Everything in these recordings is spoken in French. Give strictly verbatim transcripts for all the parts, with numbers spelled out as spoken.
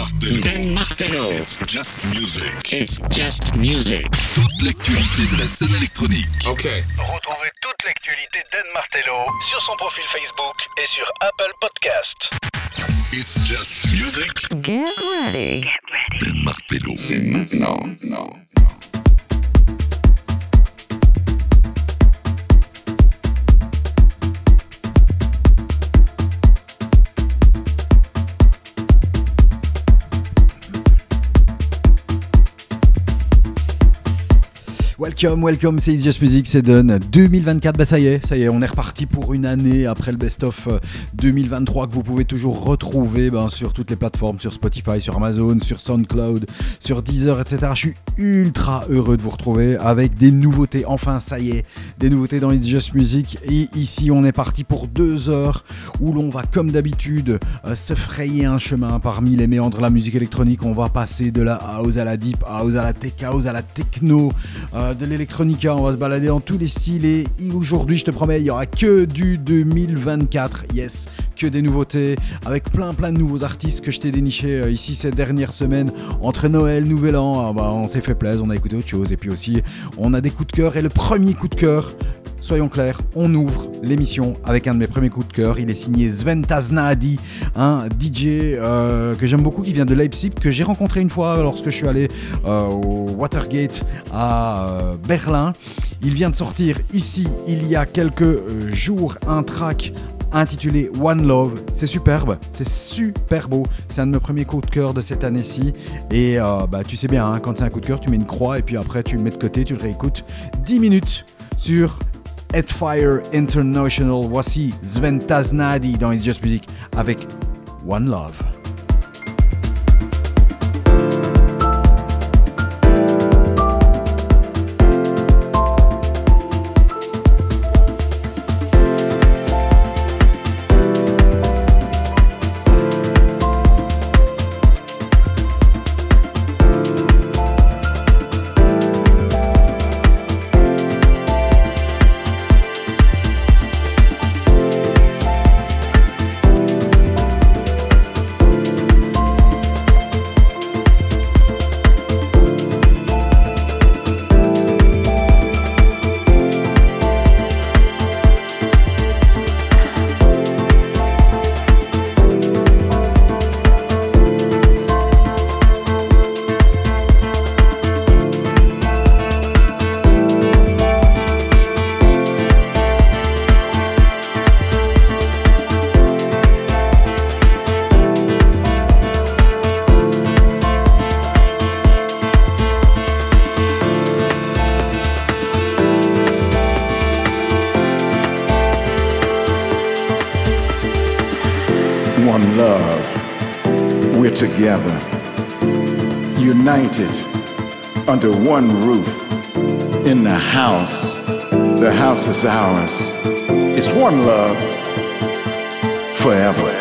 Martello. Dan Martello. It's just music. It's just music. Toute l'actualité de la scène électronique. Ok. Retrouvez toute l'actualité Dan Martello sur son profil Facebook et sur Apple Podcast. It's just music. Get ready. Get ready. Dan Martello. C'est maintenant. Non. Welcome, welcome, c'est It's Just Music, c'est Done. deux mille vingt-quatre, bah ça y est, ça y est, on est reparti pour une année après le best-of deux mille vingt-trois que vous pouvez toujours retrouver ben, sur toutes les plateformes, sur Spotify, sur Amazon, sur SoundCloud, sur Deezer, et cetera. Je suis ultra heureux de vous retrouver avec des nouveautés, enfin ça y est, des nouveautés dans It's Just Music. Et ici, on est parti pour deux heures où l'on va, comme d'habitude, euh, se frayer un chemin parmi les méandres de la musique électronique. On va passer de la house à la deep house, à la tech house, à la techno, euh, de l'électronica, on va se balader dans tous les styles et aujourd'hui je te promets il n'y aura que du deux mille vingt-quatre, yes, que des nouveautés avec plein plein de nouveaux artistes que je t'ai dénichés euh, ici ces dernières semaines entre Noël, Nouvel An, ah bah, on s'est fait plaisir, on a écouté autre chose et puis aussi on a des coups de cœur et le premier coup de cœur, soyons clairs, on ouvre l'émission avec un de mes premiers coups de cœur. Il est signé Sven Tasnadi, un D J euh, que j'aime beaucoup, qui vient de Leipzig, que j'ai rencontré une fois lorsque je suis allé euh, au Watergate à euh, Berlin. Il vient de sortir ici, il y a quelques euh, jours, un track intitulé One Love. C'est superbe, c'est super beau. C'est un de mes premiers coups de cœur de cette année-ci. Et euh, bah, tu sais bien, hein, quand c'est un coup de cœur, tu mets une croix et puis après tu le mets de côté, tu le réécoutes. dix minutes sur Headfire International. Voici Sven Tasnadi dans It's Just Music avec One Love. One love, we're together, united under one roof, in the house. The house is ours. It's one love, forever.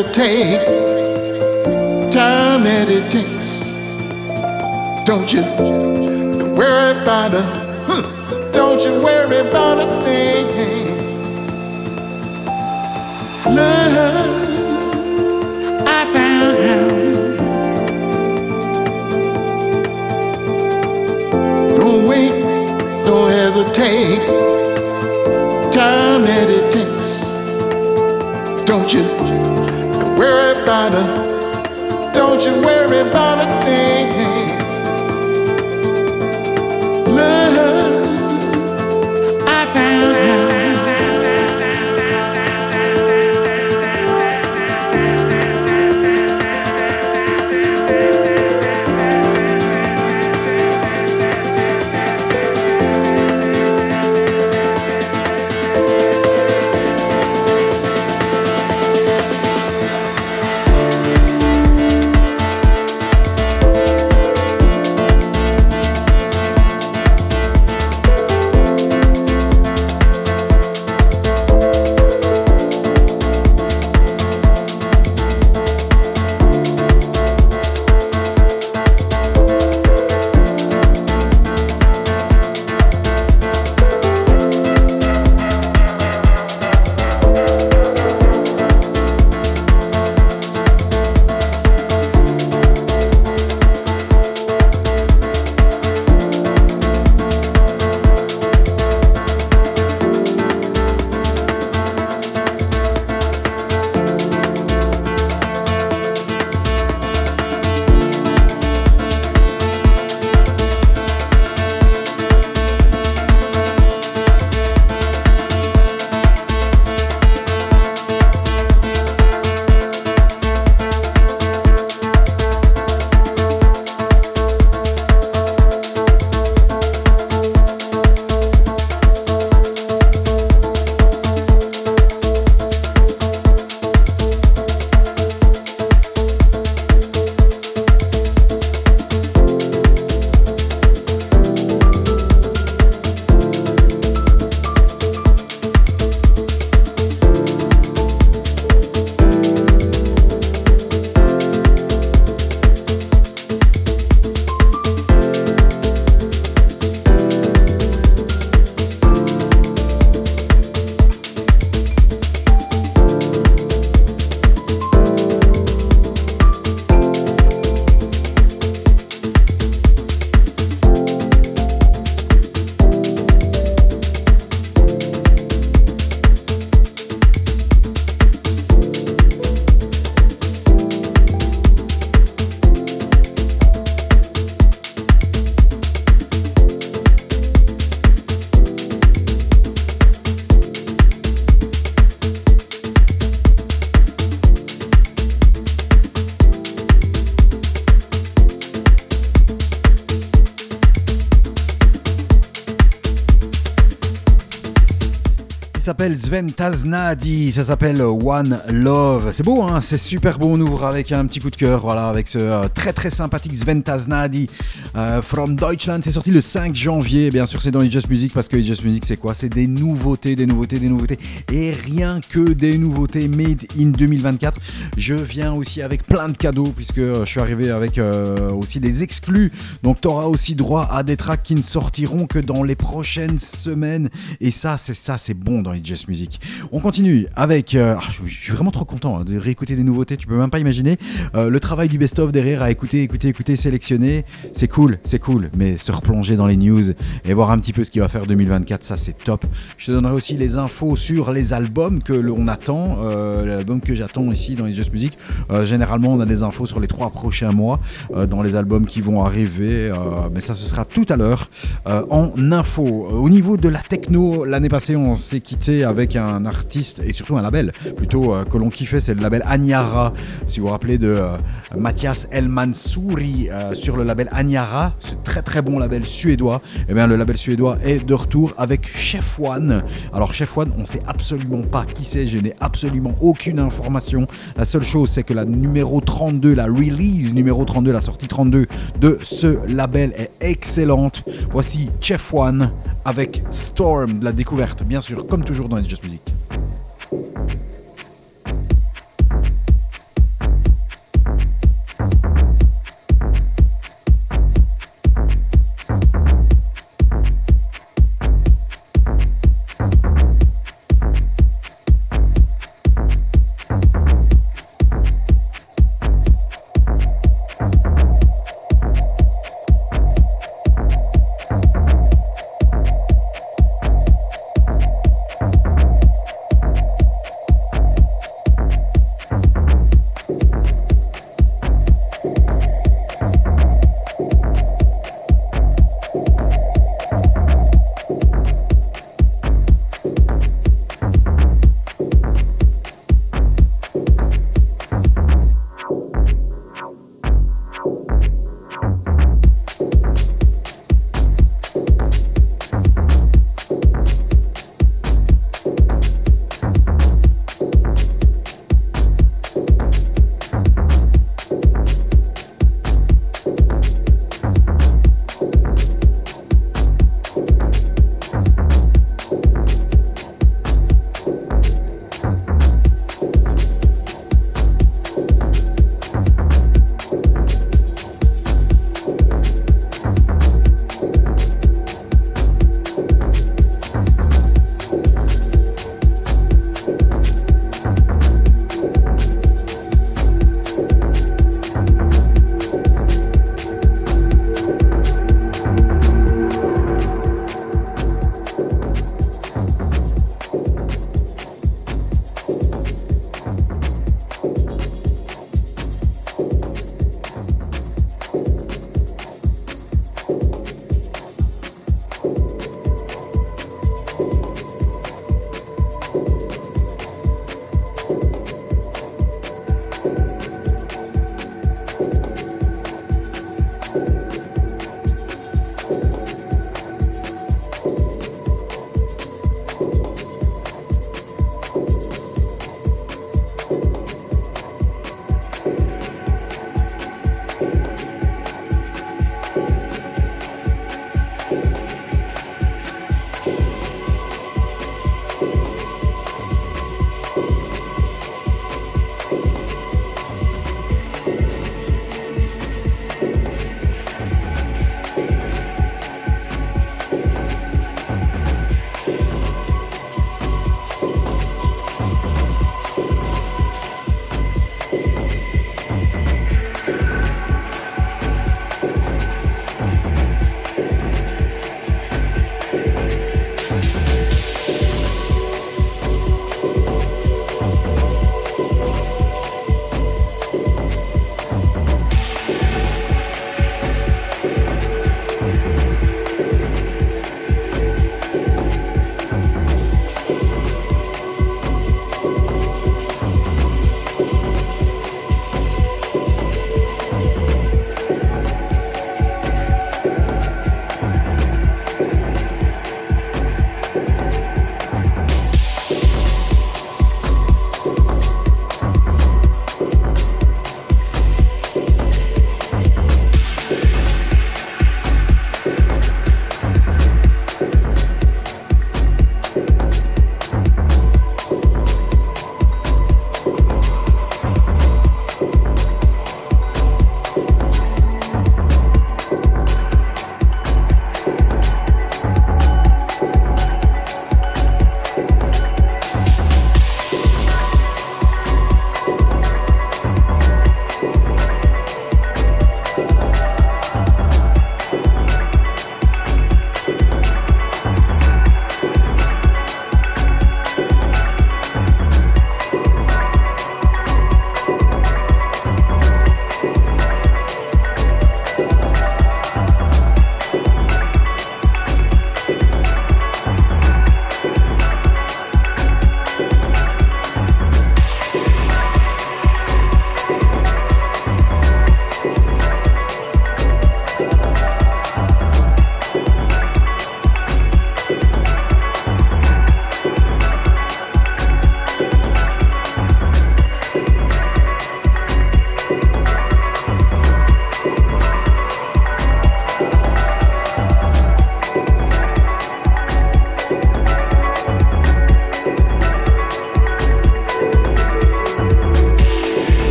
hesitate. Time that it takes. Don't you worry about a, hmm, don't you worry about a thing. Love, I found. Don't wait, don't hesitate. Time that it takes. Don't you worry about a, don't you worry about a thing. Love, I found. Il s'appelle Sven Tasnadi, ça s'appelle One Love. C'est beau, hein, c'est super beau. On ouvre avec un petit coup de cœur, voilà, avec ce euh, très très sympathique Sven Tasnadi euh, from Deutschland. C'est sorti le cinq janvier. Bien sûr, c'est dans Just Music parce que Just Music, c'est quoi? C'est des nouveautés, des nouveautés, des nouveautés. Et rien que des nouveautés made in deux mille vingt-quatre. Je viens aussi avec plein de cadeaux puisque euh, je suis arrivé avec euh, aussi des exclus. Donc, tu auras aussi droit à des tracks qui ne sortiront que dans les prochaines semaines. Et ça, c'est ça, c'est bon dans Just Music. On continue avec. Euh, je, je suis vraiment trop content hein, de réécouter des nouveautés. Tu peux même pas imaginer euh, le travail du best-of derrière à écouter, écouter, écouter, sélectionner. C'est cool, c'est cool. Mais se replonger dans les news et voir un petit peu ce qu'il va faire deux mille vingt-quatre, ça c'est top. Je te donnerai aussi les infos sur les albums que l'on attend, euh, l'album que j'attends ici dans les Just Music. Euh, généralement, on a des infos sur les trois prochains mois euh, dans les albums qui vont arriver. Euh, mais ça, ce sera tout à l'heure euh, en info. Au niveau de la techno, l'année passée, on s'est quitté avec un artiste et surtout un label plutôt euh, que l'on kiffait, c'est le label Anyara. Si vous vous rappelez de euh, Mathias El Mansouri euh, sur le label Anyara, ce très très bon label suédois. Et bien le label suédois est de retour avec Chef One. Alors Chef One, on sait absolument pas qui c'est, je n'ai absolument aucune information. La seule chose, c'est que la numéro trente-deux, la release numéro trente-deux, la sortie trente-deux de ce label est excellente. Voici Chef One avec Storm, de la découverte, bien sûr, comme toujours dans It's Just Music.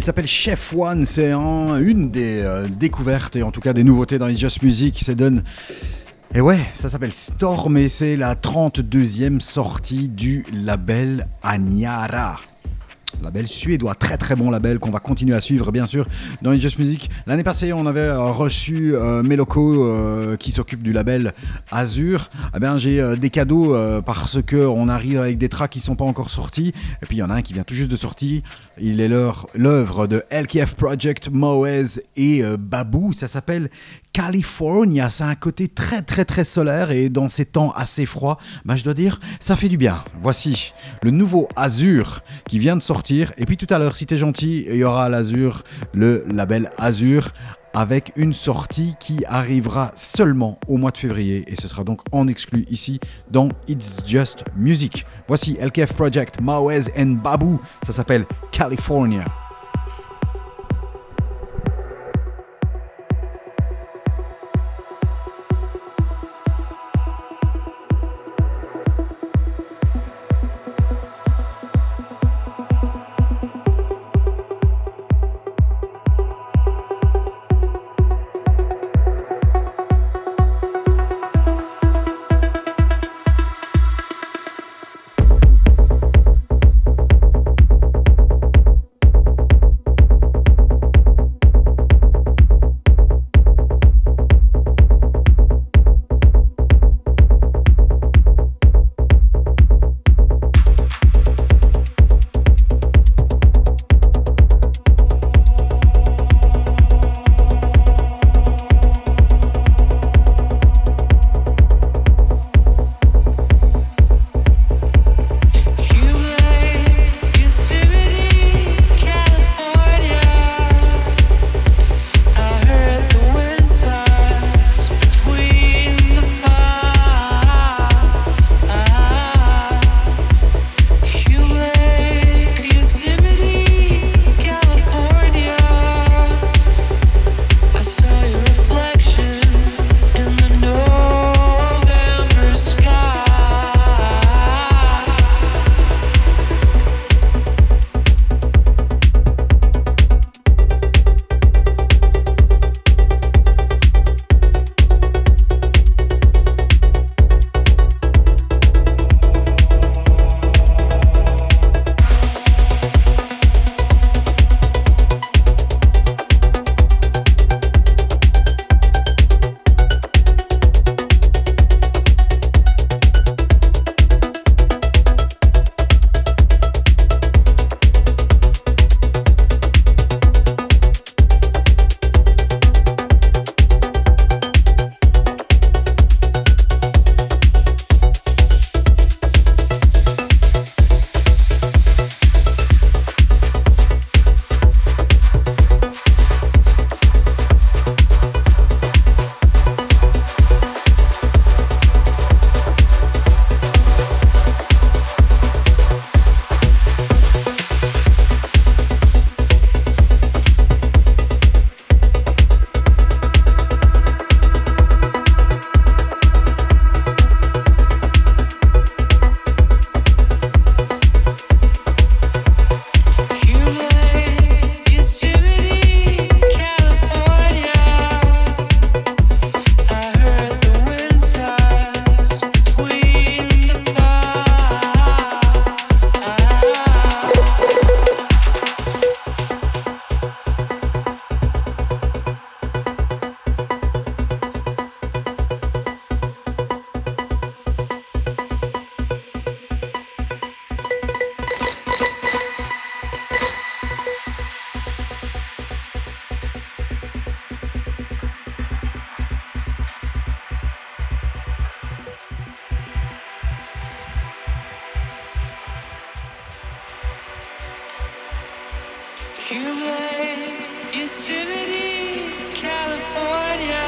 s'appelle Chef One, c'est un, une des euh, découvertes et en tout cas des nouveautés dans It's Just Music. C'est donne. Et ouais, ça s'appelle Storm et c'est la trente-deuxième sortie du label Aniara. Label suédois, très très bon label qu'on va continuer à suivre bien sûr dans It's Just Music. L'année passée on avait euh, reçu euh, Meloko euh, qui s'occupe du label Azur. Eh bien j'ai euh, des cadeaux euh, parce qu'on arrive avec des tracks qui ne sont pas encore sortis. Et puis il y en a un qui vient tout juste de sortir. Il est leur, l'œuvre de L K F Project, Moez et euh, Babou. Ça s'appelle California. C'est un côté très très très solaire et dans ces temps assez froids, bah, je dois dire, ça fait du bien. Voici le nouveau Azur qui vient de sortir. Et puis tout à l'heure, si t'es gentil, il y aura à l'Azur, le label Azur, avec une sortie qui arrivera seulement au mois de février. Et ce sera donc en exclu ici dans It's Just Music. Voici L K F Project, Moez and Babou. Ça s'appelle California. Accumulate Yosemite, California.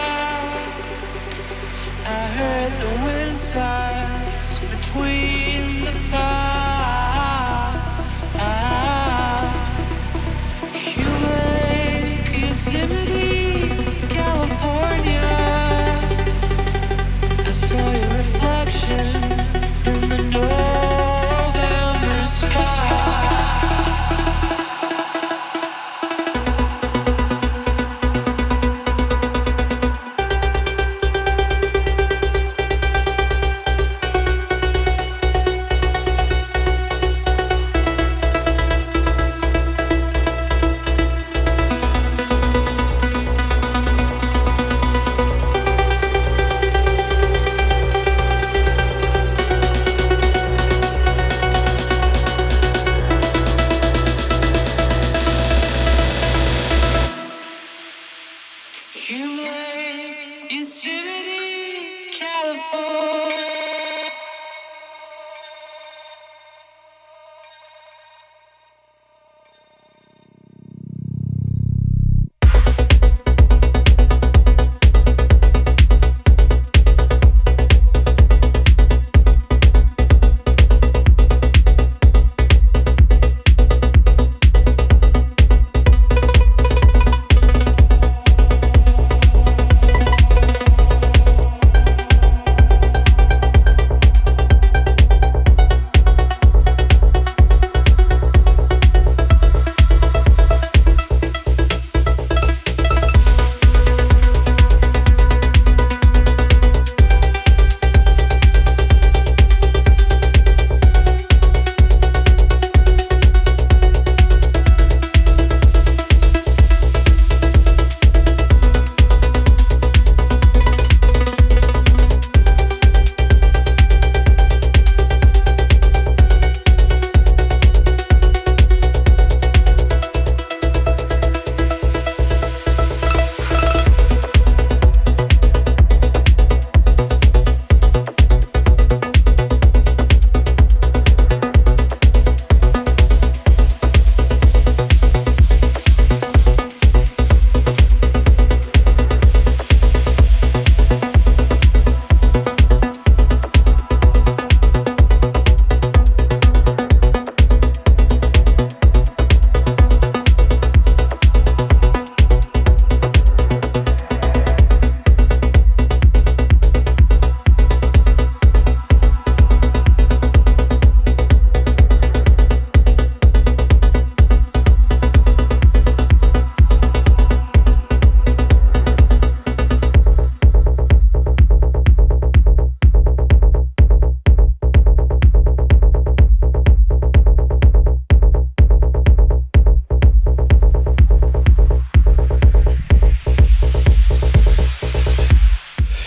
I heard the wind sighs between the pines. Accumulate Yosemite, California. I saw your reflection in the November sky.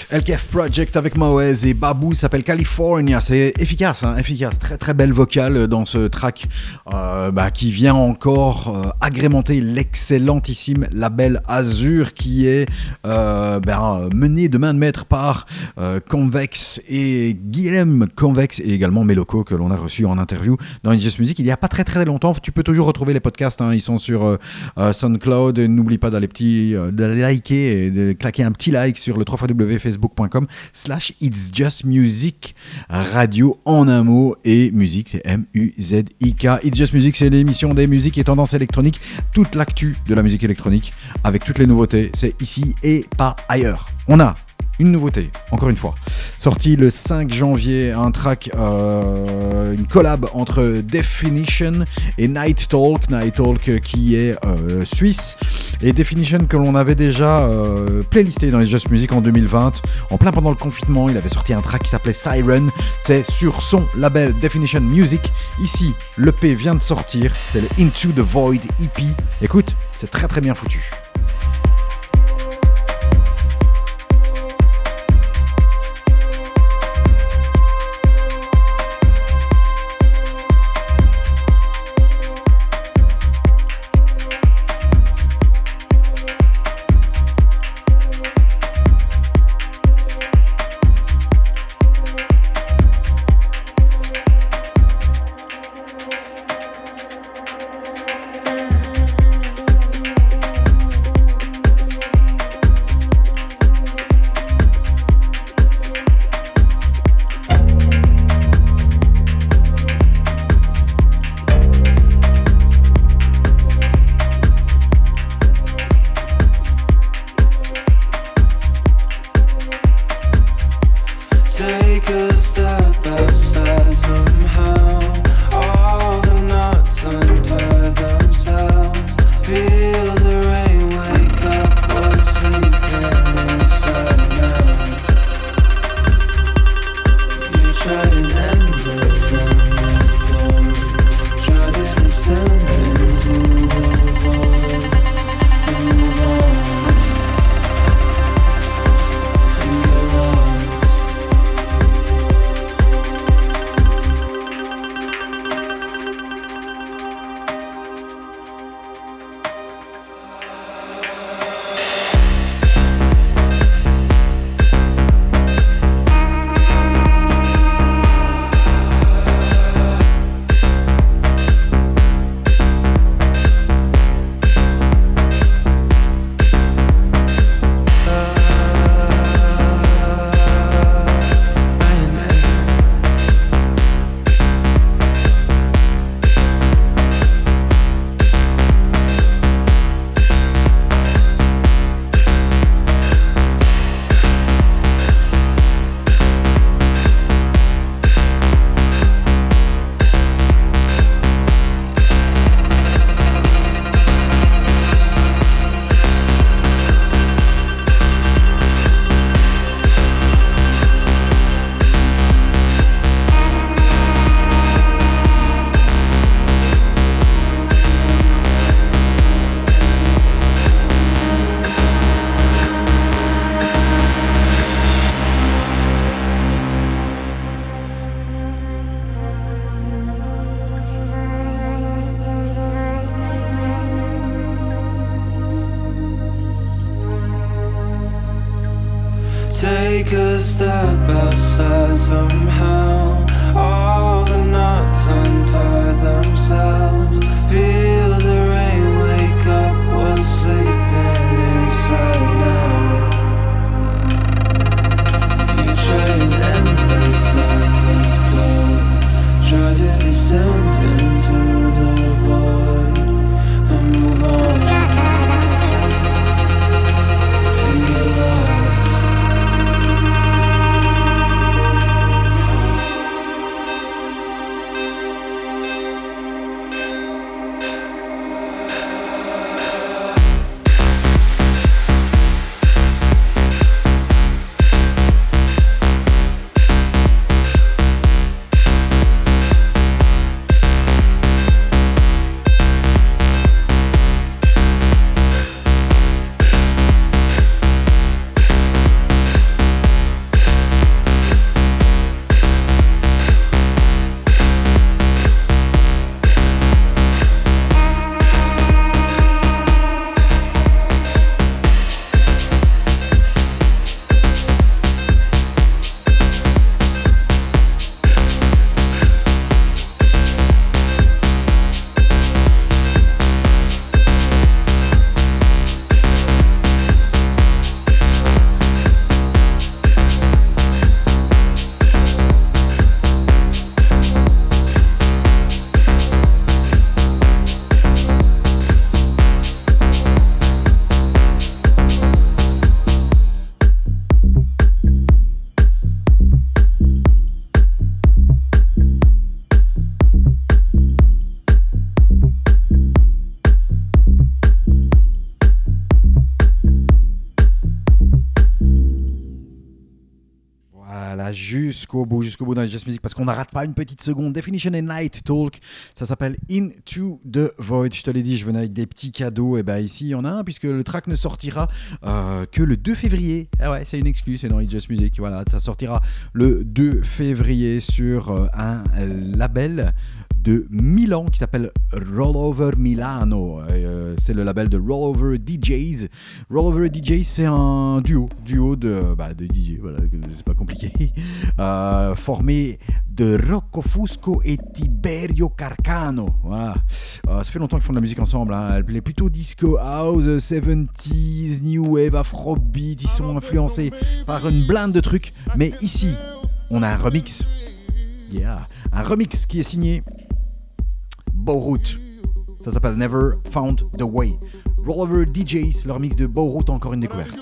L K F Project avec Mawez et Babou s'appelle California. C'est efficace, hein, efficace. Très très belle vocale dans ce track euh, bah, qui vient encore euh, agrémenter l'excellentissime label Azur qui est euh, bah, mené de main de maître par euh, Convex et Guilhem Convex et également Meloko que l'on a reçu en interview dans It's Just Music il y a pas très très longtemps. Tu peux toujours retrouver les podcasts, hein, ils sont sur euh, euh, SoundCloud. Et n'oublie pas d'aller petit, euh, de liker et de claquer un petit like sur le w w w point facebook point com slash It's Just Music Radio en un mot et musique c'est M U Z I K. It's Just Music c'est l'émission des musiques et tendances électroniques, toute l'actu de la musique électronique avec toutes les nouveautés, c'est ici et pas ailleurs. On a une nouveauté, encore une fois, sorti le cinq janvier, un track, euh, une collab entre Definition et Night Talk, Night Talk qui est euh, suisse, et Definition que l'on avait déjà euh, playlisté dans les Just Music en deux mille vingt, en plein pendant le confinement. Il avait sorti un track qui s'appelait Siren, c'est sur son label Definition Music. Ici, l'E P vient de sortir, c'est le Into the Void E P. Écoute, c'est très très bien foutu. Take a step outside somehow. All the knots untie themselves. Feel the rain, wake up, what's sleeping inside now. You try and end this endless flow. Try to descend into the void and move on and get lost. jusqu'au bout, jusqu'au bout dans les Just Music parce qu'on n'arrête pas une petite seconde. Definition and Night Talk, ça s'appelle Into the Void. Je te l'ai dit, je venais avec des petits cadeaux. Et ben ici, il y en a un puisque le track ne sortira euh, que le deux février. Ah ouais, c'est une excuse, c'est dans les Just Music. Voilà, ça sortira le deux février sur euh, un label de Milan qui s'appelle Rollover Milano. Euh, c'est le label de Rollover D Js. Rollover D Js, c'est un duo, duo de, bah, de D J, voilà, c'est pas compliqué, euh, formé de Rocco Fusco et Tiberio Carcano. Voilà. Euh, ça fait longtemps qu'ils font de la musique ensemble. Hein. Elle plaît plutôt disco house, soixante-dix, new wave, afrobeat. Ils sont influencés par une blinde de trucs. Mais ici, on a un remix. Yeah. Un remix qui est signé Bowroot. Ça s'appelle Never Found the Way. Rollover D Js, leur mix de Bowroot, encore une découverte.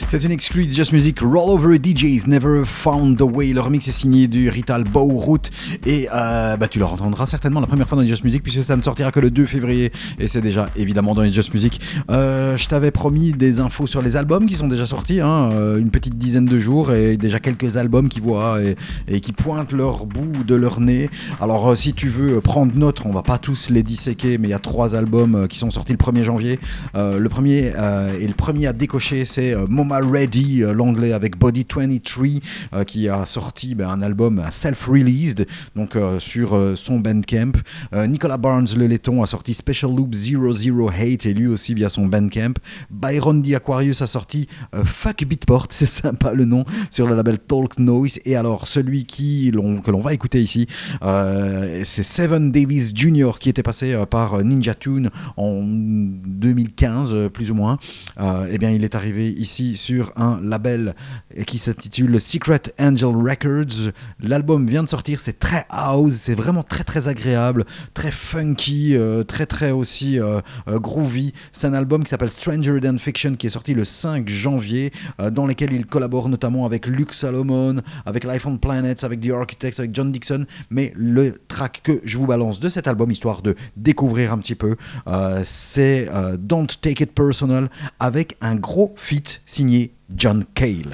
C'est une exclue de Just Music, Roll Over D Js, Never Found the Way. Le remix est signé du Rital Bowroot et euh, bah, tu le entendras certainement la première fois dans les Just Music puisque ça ne sortira que le deux février et c'est déjà évidemment dans les Just Music. Euh, je t'avais promis des infos sur les albums qui sont déjà sortis, hein, euh, une petite dizaine de jours et déjà quelques albums qui voient et, et qui pointent leur bout de leur nez. Alors euh, si tu veux prendre note, on va pas tous les disséquer, mais il y a trois albums euh, qui sont sortis le premier janvier. Euh, le premier euh, et le premier à décocher, c'est euh, Moma Ready, euh, l'anglais avec Body vingt-trois, euh, qui a sorti ben, un album self-released, donc euh, sur euh, son Bandcamp. Euh, Nicolas Barnes, le laiton, a sorti Special Loop zéro zéro huit, et lui aussi via son Bandcamp. Byron the Aquarius a sorti euh, Fuck Beatport, c'est sympa le nom, sur le label Talk Noise. Et alors celui qui, l'on, que l'on va écouter ici, euh, c'est Seven Davis junior qui était passé euh, par Ninja Tune en deux mille quinze, euh, plus ou moins. Euh, et bien il est arrivé ici sur un label qui s'intitule Secret Angel Records. L'album vient de sortir, c'est très house, c'est vraiment très très agréable, très funky, euh, très très aussi euh, euh, groovy. C'est un album qui s'appelle Stranger Than Fiction qui est sorti le cinq janvier, euh, dans lequel il collabore notamment avec Luke Salomon, avec Life on Planets, avec The Architects, avec John Dixon. Mais le track que je vous balance de cet album, histoire de découvrir un petit peu, euh, c'est euh, Don't Take It Personal, avec un gros feat signé John Cale.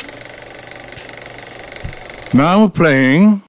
Now we're playing.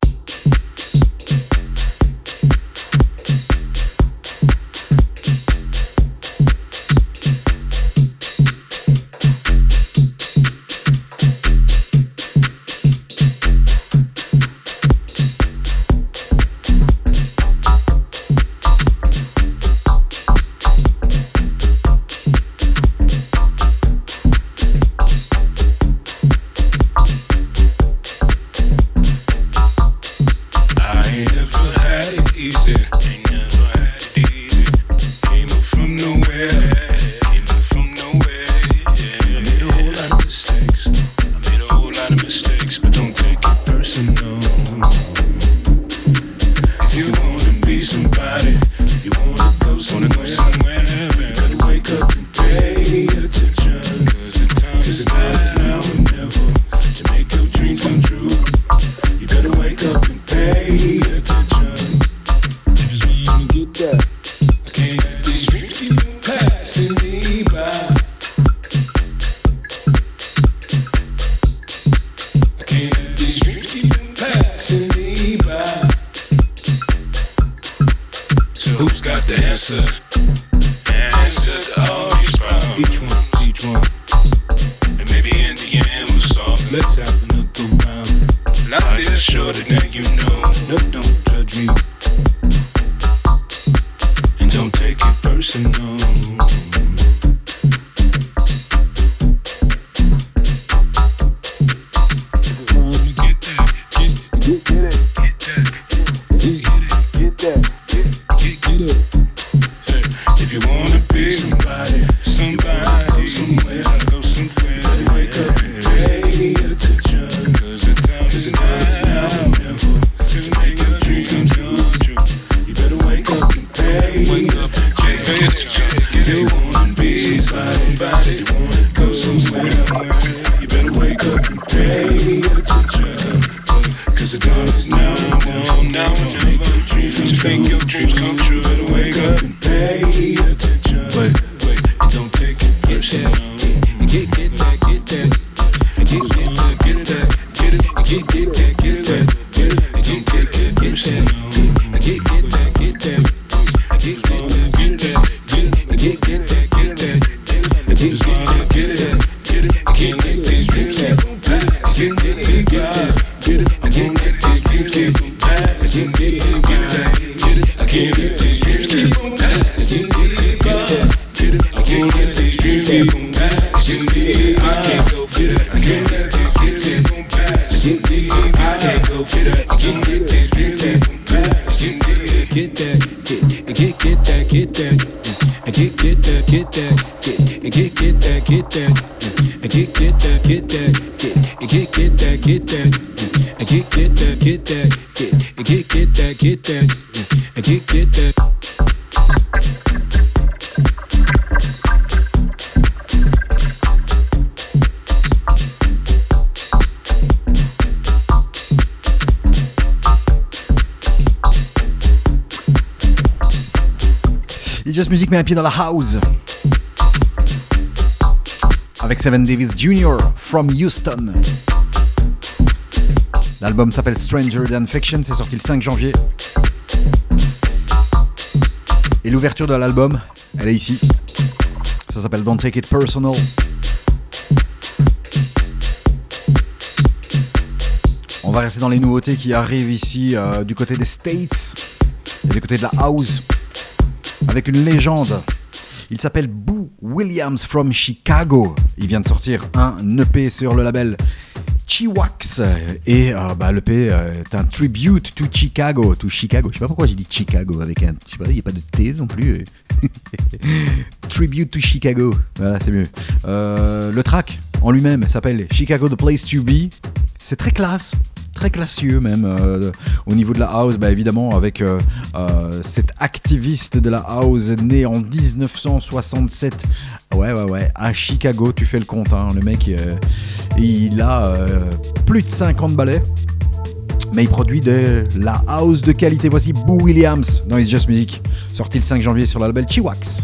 It's Just Music met un pied dans la house. Avec Seven Davis junior from Houston. L'album s'appelle Stranger Than Fiction, c'est sorti le cinq janvier. Et l'ouverture de l'album, elle est ici. Ça s'appelle Don't Take It Personal. On va rester dans les nouveautés qui arrivent ici euh, du côté des States et du côté de la house avec une légende. Il s'appelle Boo Williams from Chicago. Il vient de sortir un E P sur le label Chiwax et euh, bah, l'E P euh, est un tribute to Chicago, to Chicago. Je sais pas pourquoi j'ai dit Chicago avec un, je sais pas, il n'y a pas de T non plus. Tribute to Chicago, voilà, c'est mieux. Euh, le track en lui-même s'appelle Chicago the Place to Be. C'est très classe, très classieux même euh, au niveau de la house, bah évidemment avec euh, euh, cet activiste de la house né en dix-neuf cent soixante-sept. Ouais ouais ouais, à Chicago, tu fais le compte, hein, le mec euh, il a euh, plus de cinquante ballets, mais il produit de la house de qualité. Voici Boo Williams dans It's Just Music, sorti le cinq janvier sur le label Chiwax.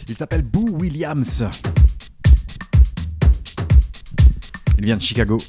Il s'appelle Boo Williams. Il vient de Chicago.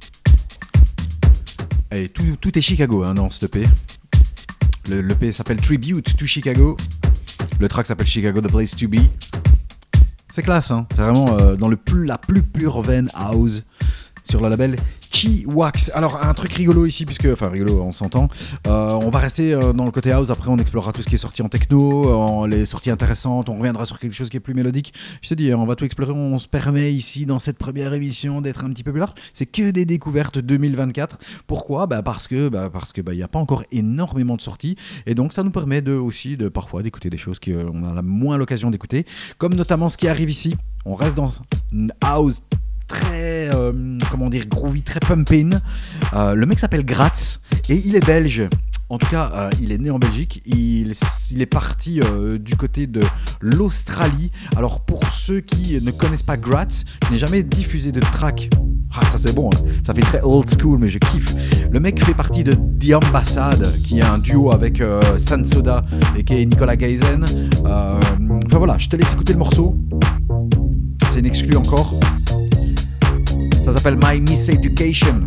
Et tout, tout est Chicago hein, dans ce E P. Le, le P s'appelle Tribute to Chicago. Le track s'appelle Chicago, The Place to Be. C'est classe, hein. C'est vraiment euh, dans le plus, la plus pure veine house sur le label Chi-Wax. Alors un truc rigolo ici, puisque, enfin rigolo, on s'entend. Euh, on va rester euh, dans le côté house. Après, on explorera tout ce qui est sorti en techno, en, les sorties intéressantes. On reviendra sur quelque chose qui est plus mélodique. Je te dis, on va tout explorer. On se permet ici, dans cette première émission, d'être un petit peu plus large. C'est que des découvertes deux mille vingt-quatre. Pourquoi ? Bah parce que, bah parce que, bah il n'y a pas encore énormément de sorties, et donc ça nous permet de aussi de parfois d'écouter des choses qu'on a moins l'occasion d'écouter, comme notamment ce qui arrive ici. On reste dans une house très, euh, comment dire, groovy, très pumpin. Euh, le mec s'appelle Gratz et il est belge. En tout cas, euh, il est né en Belgique. Il, il est parti euh, du côté de l'Australie. Alors, pour ceux qui ne connaissent pas Gratz, je n'ai jamais diffusé de track. Ah, ça c'est bon, hein. Ça fait très old school, mais je kiffe. Le mec fait partie de The Ambassade, qui est un duo avec euh, Sansoda et qui est Nicolas Geisen. Euh, enfin voilà, je te laisse écouter le morceau. C'est une exclue encore. Ça s'appelle My Miseducation.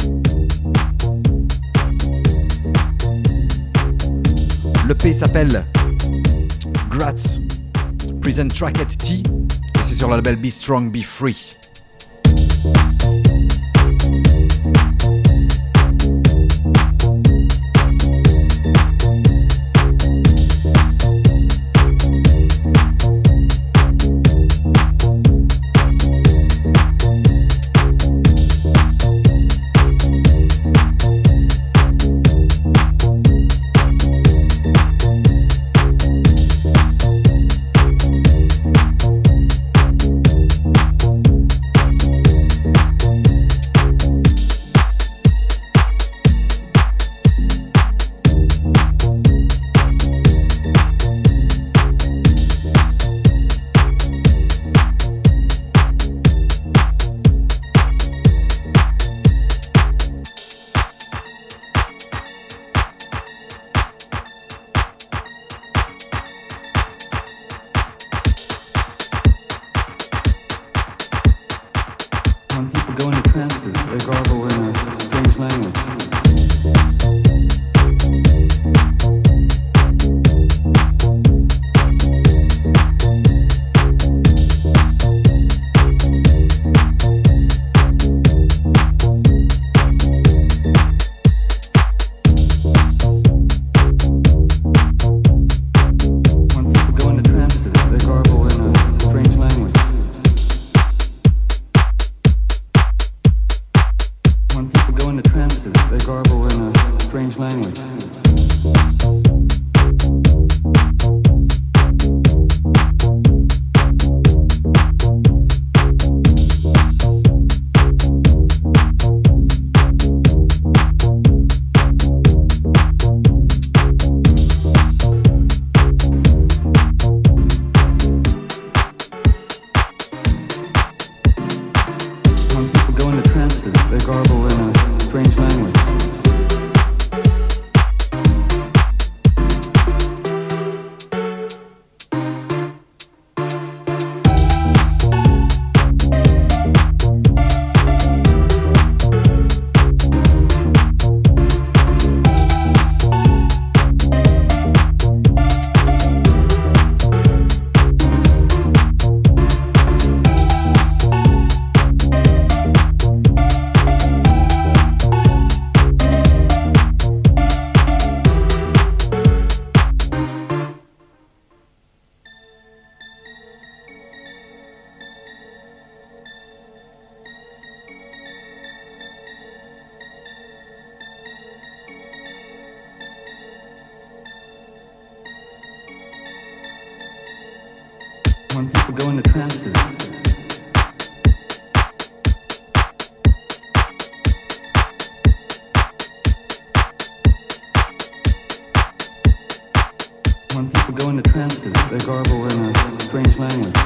Le P s'appelle Gratz Present Track at T et c'est sur le label Be Strong, Be Free. When people go into trances, when people go into trances, they garble in a strange language.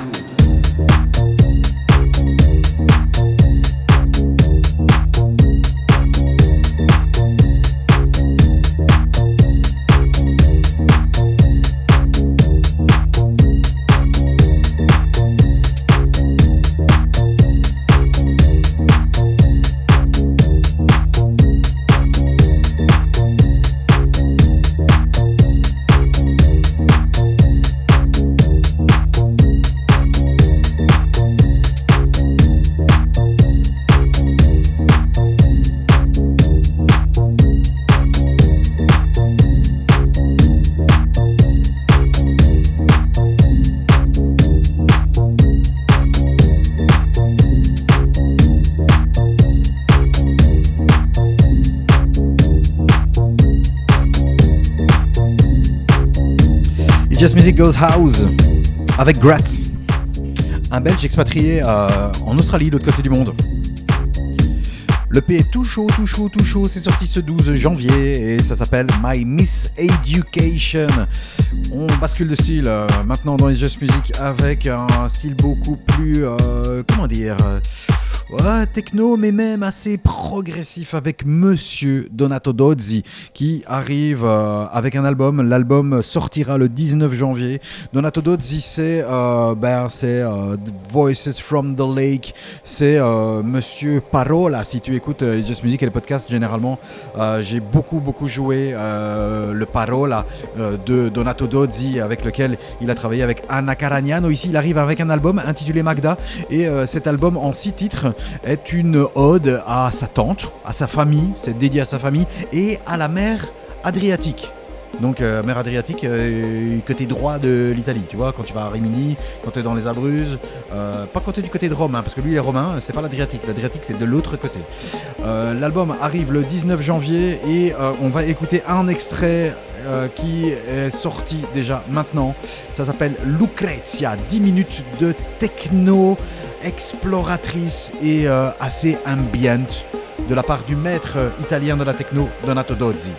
Just Music Goes House avec Grat, un Belge expatrié euh, en Australie, de l'autre côté du monde. Le P est tout chaud, tout chaud, tout chaud, c'est sorti ce douze janvier et ça s'appelle My Miss Education. On bascule de style euh, maintenant dans les Just Music avec un style beaucoup plus, euh, comment dire, euh, ouais, techno mais même assez progressif avec Monsieur Donato Dozzi qui arrive euh, avec un album. L'album sortira le dix-neuf janvier. Donato Dozzi c'est, euh, ben, c'est euh, Voices from the Lake, c'est euh, Monsieur Parola. Si tu écoutes euh, Just Music et les podcasts généralement, euh, j'ai beaucoup beaucoup joué euh, le Parola euh, de Donato Dozzi avec lequel il a travaillé avec Anna Caragnano. Ici il arrive avec un album intitulé Magda et euh, cet album en six titres est une ode à sa tante, à sa famille, c'est dédié à sa famille et à la mer Adriatique. Donc euh, mer Adriatique, euh, côté droit de l'Italie, tu vois, quand tu vas à Rimini, quand tu es dans les Abruzzes, euh, pas quand tu es du côté de Rome, hein, parce que lui il est romain, c'est pas l'Adriatique, l'Adriatique c'est de l'autre côté. Euh, l'album arrive le dix-neuf janvier et euh, on va écouter un extrait euh, qui est sorti déjà maintenant, ça s'appelle Lucrezia, dix minutes de techno exploratrice et euh, assez ambient de la part du maître italien de la techno Donato Dozzi.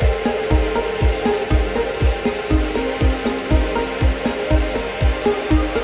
Thank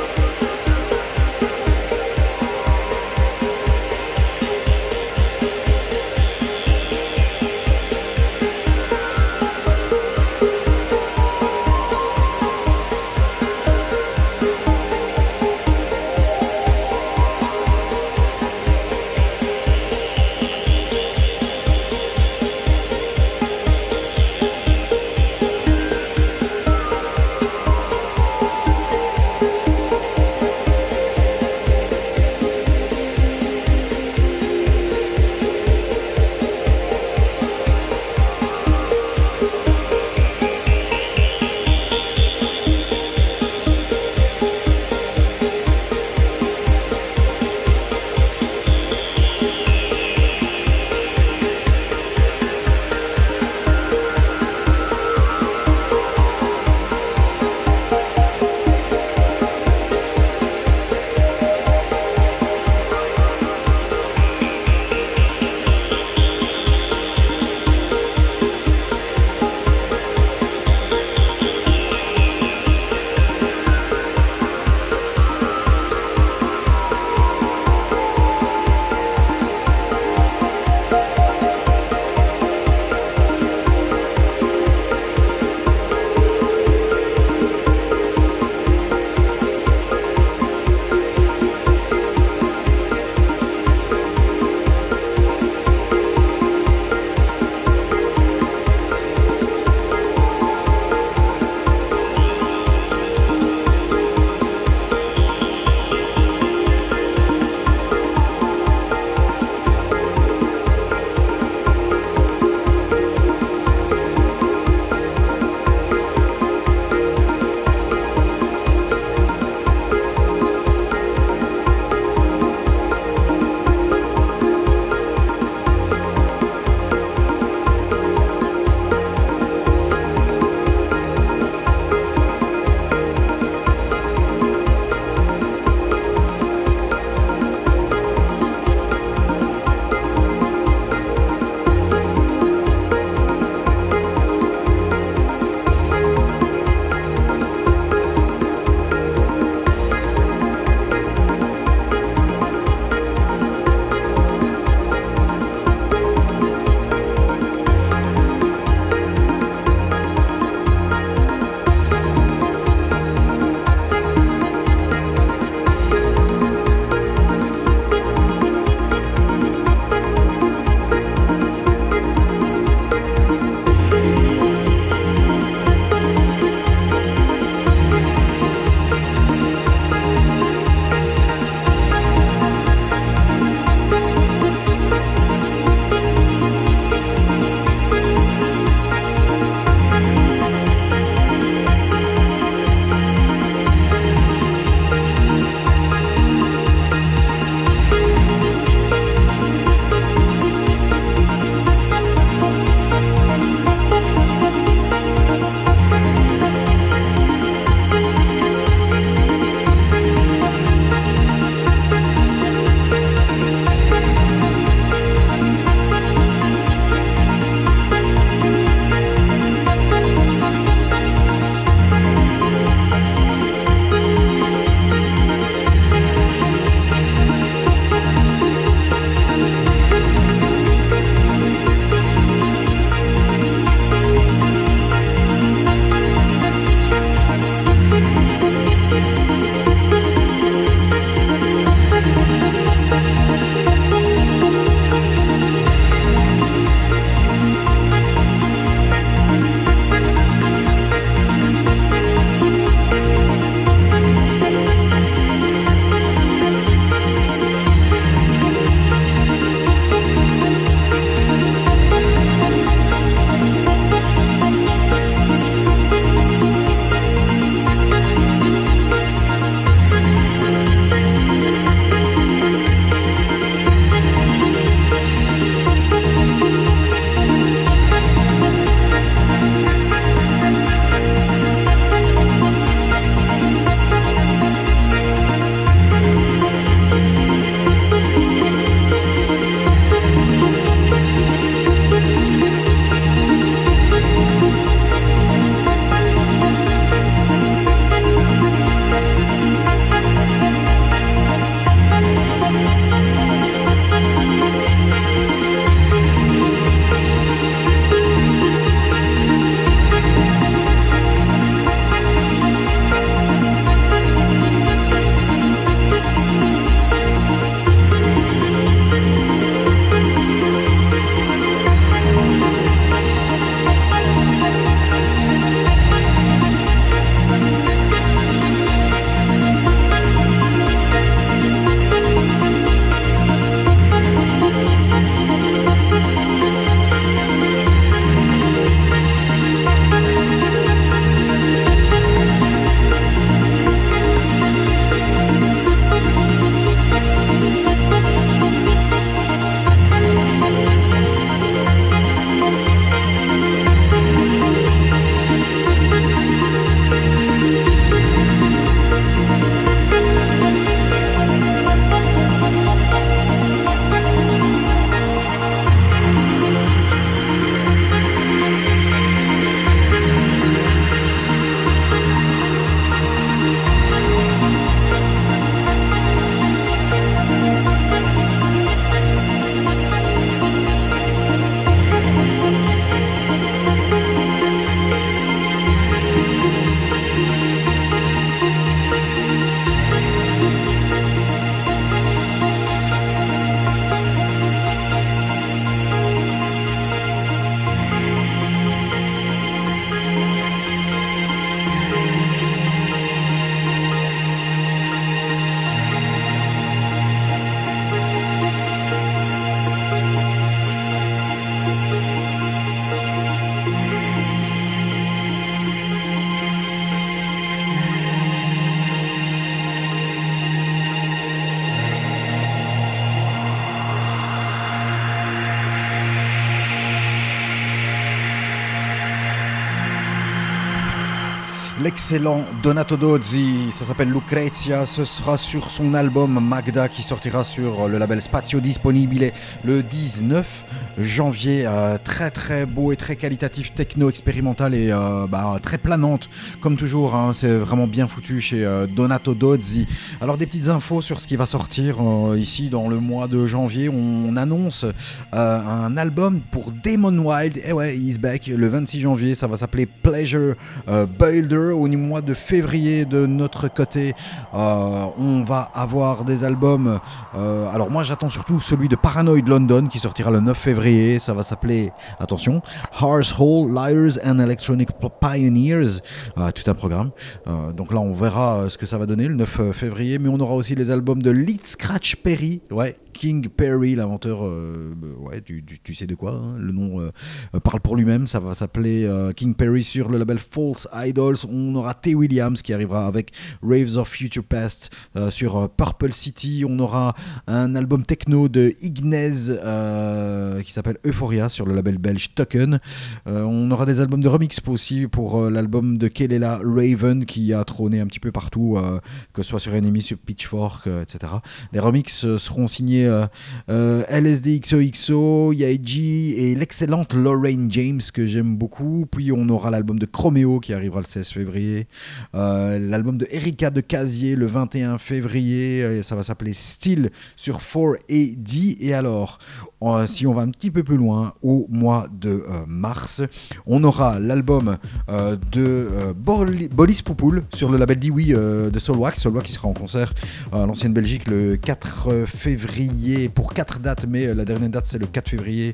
l'excellent Donato Dozzi, ça s'appelle Lucrezia, ce sera sur son album Magda qui sortira sur le label Spazio Disponibile le dix-neuf janvier. Euh, très très beau et très qualitatif, techno expérimental et euh, bah, très planante comme toujours, hein, c'est vraiment bien foutu chez euh, Donato Dozzi. Alors des petites infos sur ce qui va sortir euh, ici dans le mois de janvier, on, on annonce euh, un album pour Damon Wild, et ouais, he's back le vingt-six janvier, ça va s'appeler Pleasure euh, Builder. Au mois de février de notre côté, euh, on va avoir des albums. Euh, alors moi j'attends surtout celui de Paranoid London qui sortira le neuf février. Ça va s'appeler, attention, Hearthhole, Liars and Electronic Pioneers. Euh, tout un programme. Euh, donc là on verra ce que ça va donner le neuf février. Mais on aura aussi les albums de Lead Scratch Perry. Ouais. King Perry, l'inventeur, euh, ouais, tu, tu, tu sais de quoi, hein, le nom euh, parle pour lui-même, ça va s'appeler euh, King Perry sur le label False Idols. On aura T. Williams qui arrivera avec Raves of Future Past euh, sur euh, Purple City. On aura un album techno de Ignez euh, qui s'appelle Euphoria sur le label belge Token. Euh, on aura des albums de remix aussi pour euh, l'album de Kelela Raven qui a trôné un petit peu partout, euh, que ce soit sur Enemy, sur Pitchfork, euh, et cetera. Les remix euh, seront signés Euh, euh, L S D X O X O, Yaiji et l'excellente Lorraine James que j'aime beaucoup. Puis on aura l'album de Chromeo qui arrivera le seize février, euh, l'album de Erika de Casier le vingt et un février, et ça va s'appeler Still sur quatre A D. Et alors euh, si on va un petit peu plus loin, au mois de euh, mars, on aura l'album euh, de euh, Bol- Bolis Poupoul sur le label Dewey euh, de Soulwax, Soulwax qui sera en concert euh, à l'ancienne Belgique le quatre février pour quatre dates, mais la dernière date c'est le quatre février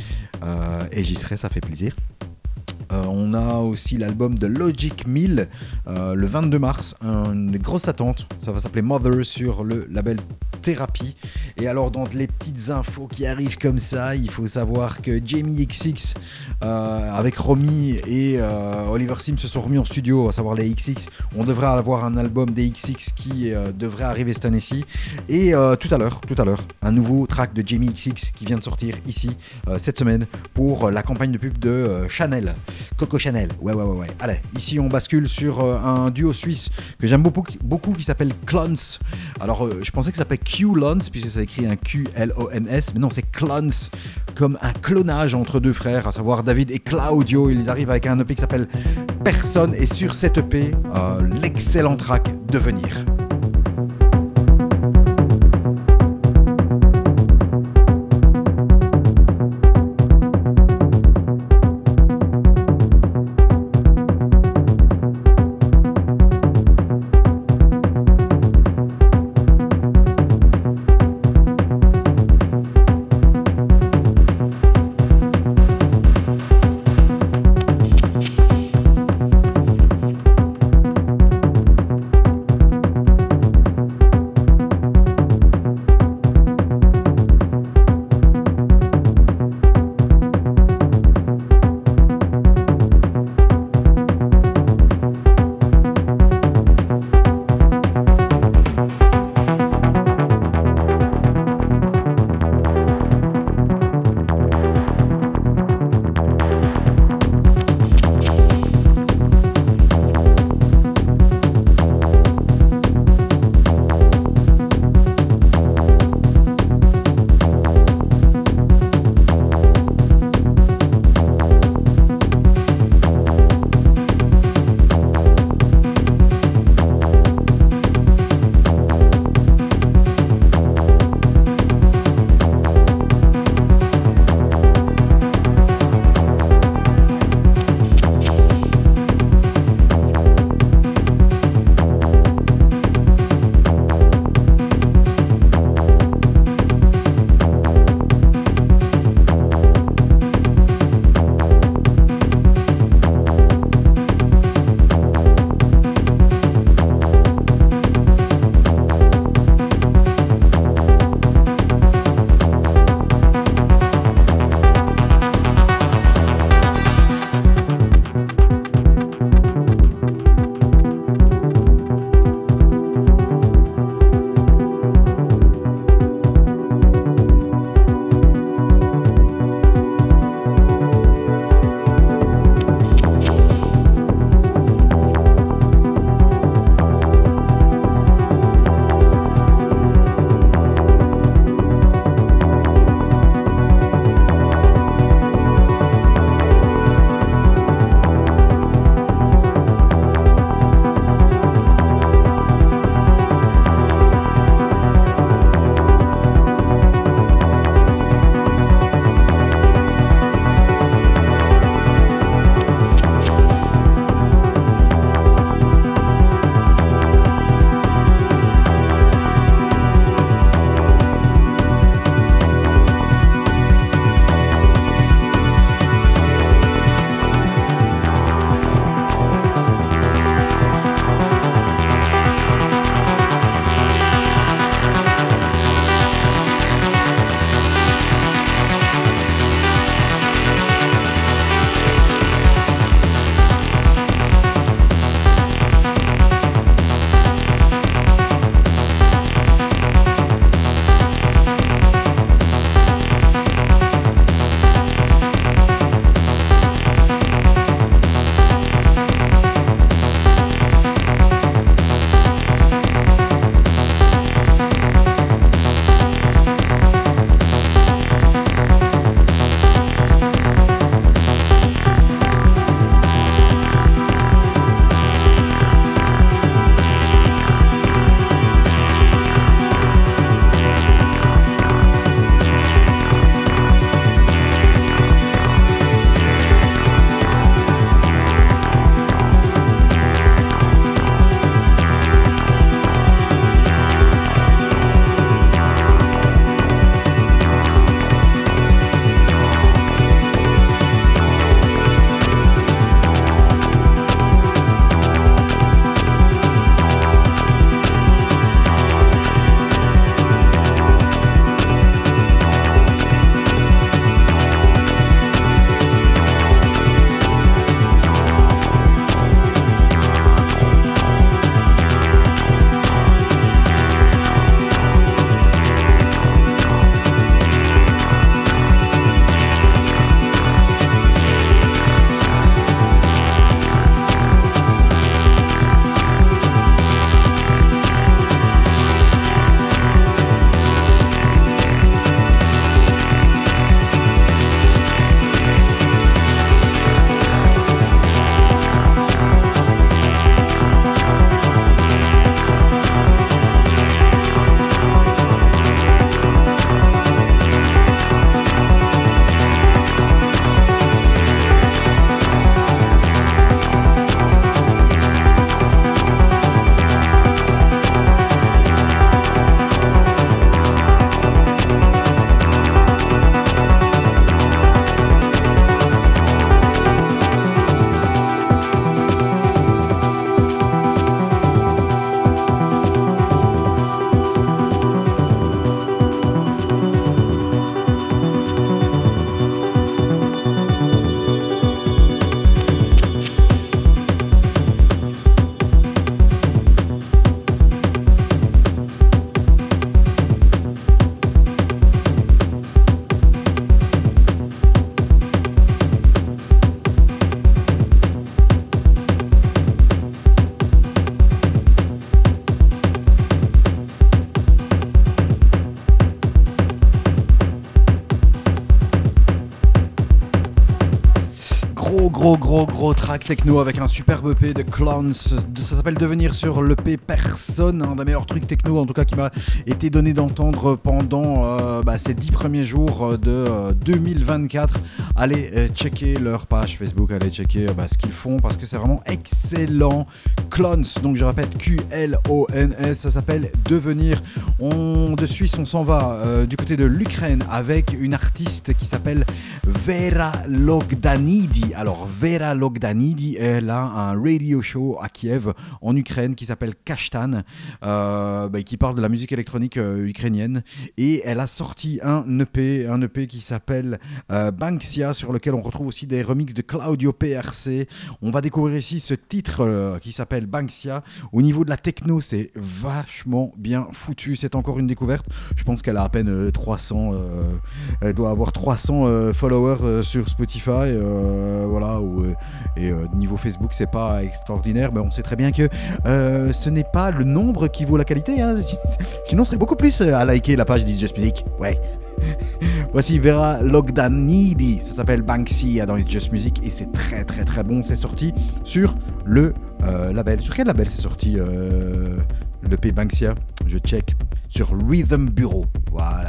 euh, et j'y serai, ça fait plaisir. Euh, on a aussi l'album de Logic mille euh, le vingt-deux mars, une grosse attente, ça va s'appeler Mother sur le label Thérapie. Et alors dans les petites infos qui arrivent comme ça, il faut savoir que Jamie X X euh, avec Romy et euh, Oliver Sim se sont remis en studio, à savoir les X X. On devrait avoir un album des X X qui euh, devrait arriver cette année-ci. Et euh, tout à l'heure, tout à l'heure, un nouveau track de Jamie X X qui vient de sortir ici euh, cette semaine pour la campagne de pub de euh, Chanel. Coco Chanel, ouais ouais ouais ouais. Allez, ici on bascule sur euh, un duo suisse que j'aime beaucoup, beaucoup qui s'appelle Clons. Alors euh, je pensais que ça s'appelait Q-Lons puisque ça écrit un Q L O N S, mais non c'est Clons, comme un clonage entre deux frères, à savoir David et Claudio. Ils arrivent avec un E P qui s'appelle Personne et sur cet E P, euh, l'excellent track Devenir. Thank gros gros gros track techno avec un superbe E P de Clowns. Ça s'appelle Devenir sur l'E P Personne, un des meilleurs trucs techno en tout cas qui m'a été donné d'entendre pendant euh, bah, ces dix premiers jours de euh, deux mille vingt-quatre. Allez euh, checker leur page Facebook, allez checker euh, bah, ce qu'ils font parce que c'est vraiment excellent. Clowns, donc je répète Q L O N S, ça s'appelle Devenir. On, de Suisse on s'en va euh, du côté de l'Ukraine avec une artiste qui s'appelle Vera Logdanidi. Alors Vera Logdanidi, elle a un radio show à Kiev en Ukraine qui s'appelle Kashtan, euh, bah, qui parle de la musique électronique euh, ukrainienne, et elle a sorti un E P, un E P qui s'appelle euh, Banksia, sur lequel on retrouve aussi des remixes de Claudio P R C. On va découvrir ici ce titre euh, qui s'appelle Banksia. Au niveau de la techno, c'est vachement bien foutu, c'est encore une découverte. Je pense qu'elle a à peine euh, trois cents, euh, elle doit avoir trois cents euh, followers euh, sur Spotify, euh, voilà, ou, euh, et euh, niveau Facebook c'est pas extraordinaire, mais on sait très bien que euh, ce n'est pas le nombre qui vaut la qualité, hein. Sinon on serait beaucoup plus à liker la page d'It's Just Music, ouais. Voici Vera Logdanidi, ça s'appelle Banksia dans It's Just Music et c'est très très très bon. C'est sorti sur le euh, label, sur quel label c'est sorti euh, le P Banksia? Je check sur Rhythm Bureau, voilà.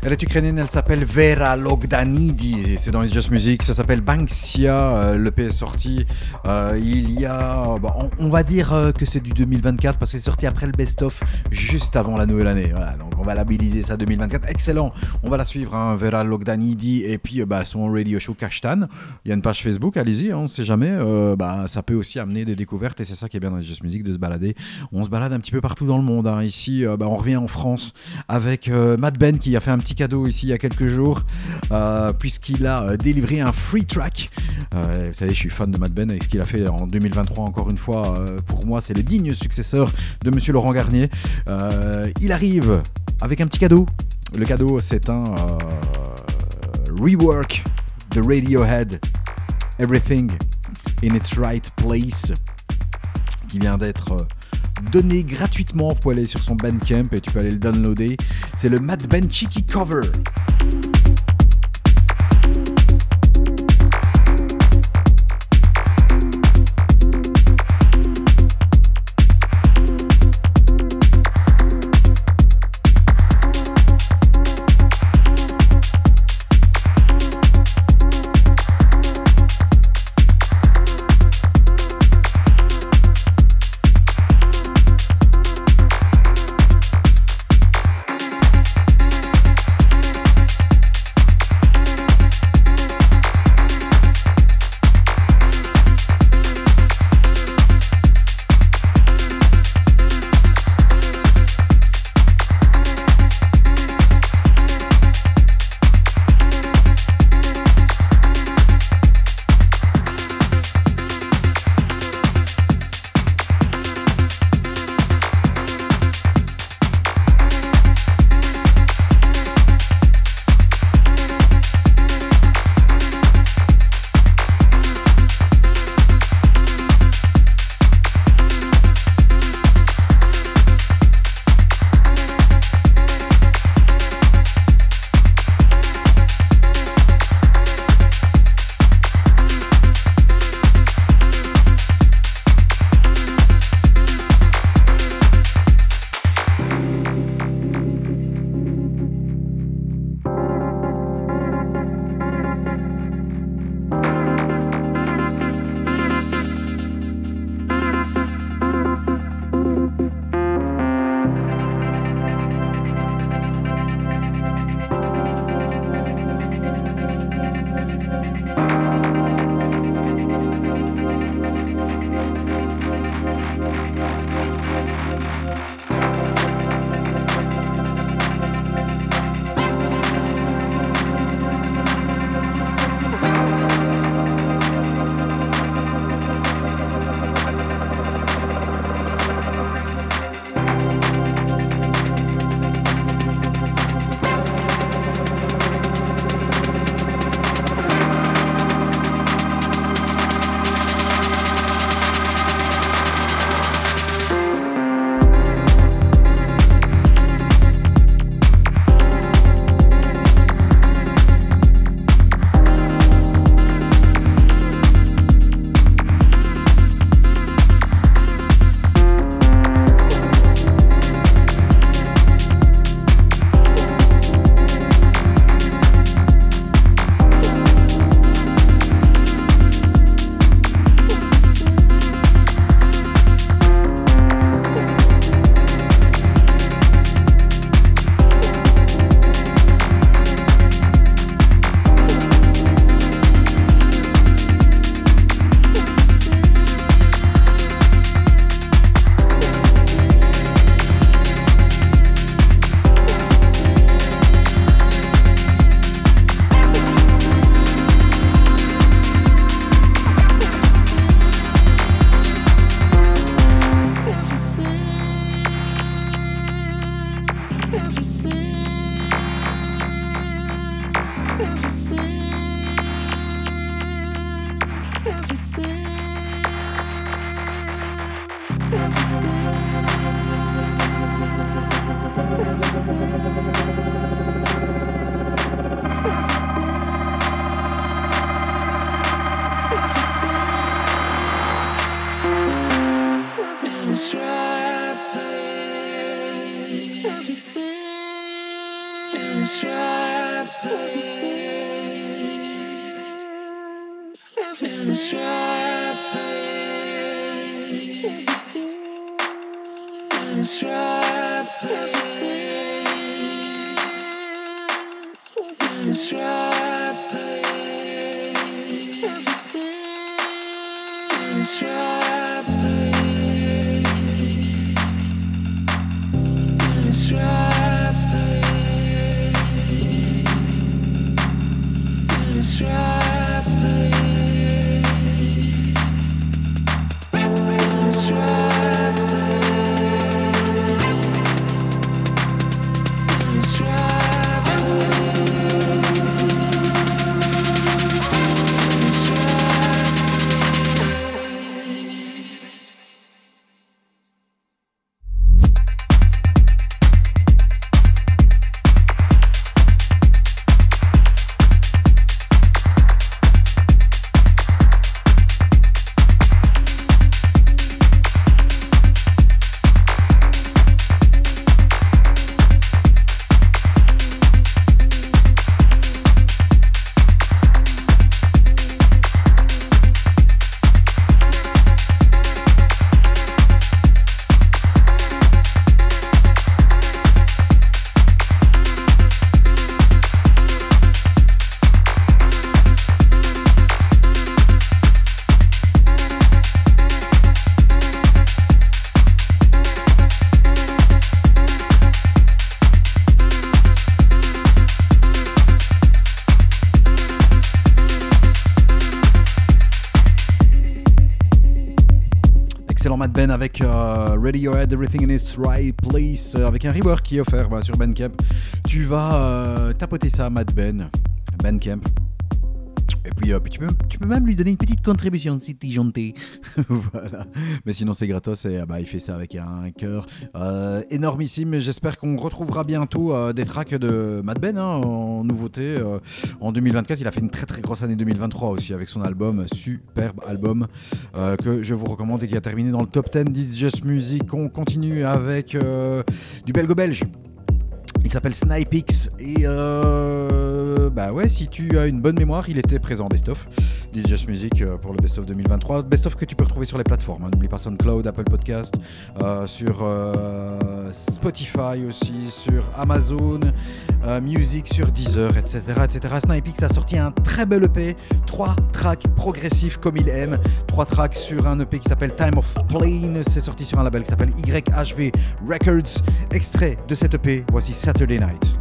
Elle est ukrainienne, elle s'appelle Vera Logdanidi, c'est dans It's Just Music, ça s'appelle Banksia, euh, l'E P est sorti euh, il y a, bah, on, on va dire euh, que c'est du deux mille vingt-quatre parce que c'est sorti après le best-of, juste avant la nouvelle année, voilà, donc on va labelliser ça deux mille vingt-quatre, excellent, on va la suivre, hein, Vera Logdanidi, et puis euh, bah, son radio show Kashtan, il y a une page Facebook, allez-y, hein, on ne sait jamais, euh, bah, ça peut aussi amener des découvertes, et c'est ça qui est bien dans It's Just Music, de se balader, on se balade un petit peu partout dans le monde, hein. Ici euh, bah, on revient en France avec euh, Mad Ben qui a fait un petit cadeau ici il y a quelques jours euh, puisqu'il a euh, délivré un free track. Euh, vous savez, je suis fan de Mad Ben et ce qu'il a fait en deux mille vingt-trois, encore une fois, euh, pour moi, c'est le digne successeur de Monsieur Laurent Garnier. Euh, il arrive avec un petit cadeau. Le cadeau, c'est un euh, rework de Radiohead, Everything in its Right Place, qui vient d'être euh, donné gratuitement. Vous pouvez aller sur son Bandcamp et tu peux aller le downloader. C'est le Mad Ben Cheeky Cover. it's right, please. And it's right, please. And it's right, please. And it's right, please. And it's right, please. And it's right, please. And it's right, please. Matt Ben avec euh, Radiohead, Everything in its Right Place, euh, avec un rework qui est offert bah, sur Bandcamp. Tu vas euh, tapoter ça, Matt Ben, Bandcamp. Et puis, euh, puis tu, peux, tu peux même lui donner une petite contribution si t'es gentil. Voilà. Mais sinon, c'est gratos et bah, il fait ça avec un cœur euh, énormissime. J'espère qu'on retrouvera bientôt euh, des tracks de Matt Ben hein, en nouveauté. Euh, en deux mille vingt-quatre, il a fait une très très grosse année deux mille vingt-trois aussi avec son album, superbe album euh, que je vous recommande et qui a terminé dans le top dix d'It's Just Music. On continue avec euh, du belgo-belge. Il s'appelle Snipix et euh, bah ouais, si tu as une bonne mémoire, il était présent en best-of d'It's Just Music pour le best-of deux mille vingt-trois. Best-of que tu peux retrouver sur les plateformes. Hein. N'oublie pas SoundCloud, Apple Podcast, euh, sur euh, Spotify aussi, sur Amazon euh, Music, sur Deezer, et cetera, et cetera. Snipix a sorti un très bel E P, trois tracks progressifs comme il aime, trois tracks sur un E P qui s'appelle Time of Plane. C'est sorti sur un label qui s'appelle Y H V Records. Extrait de cet E P, voici Saturday Night.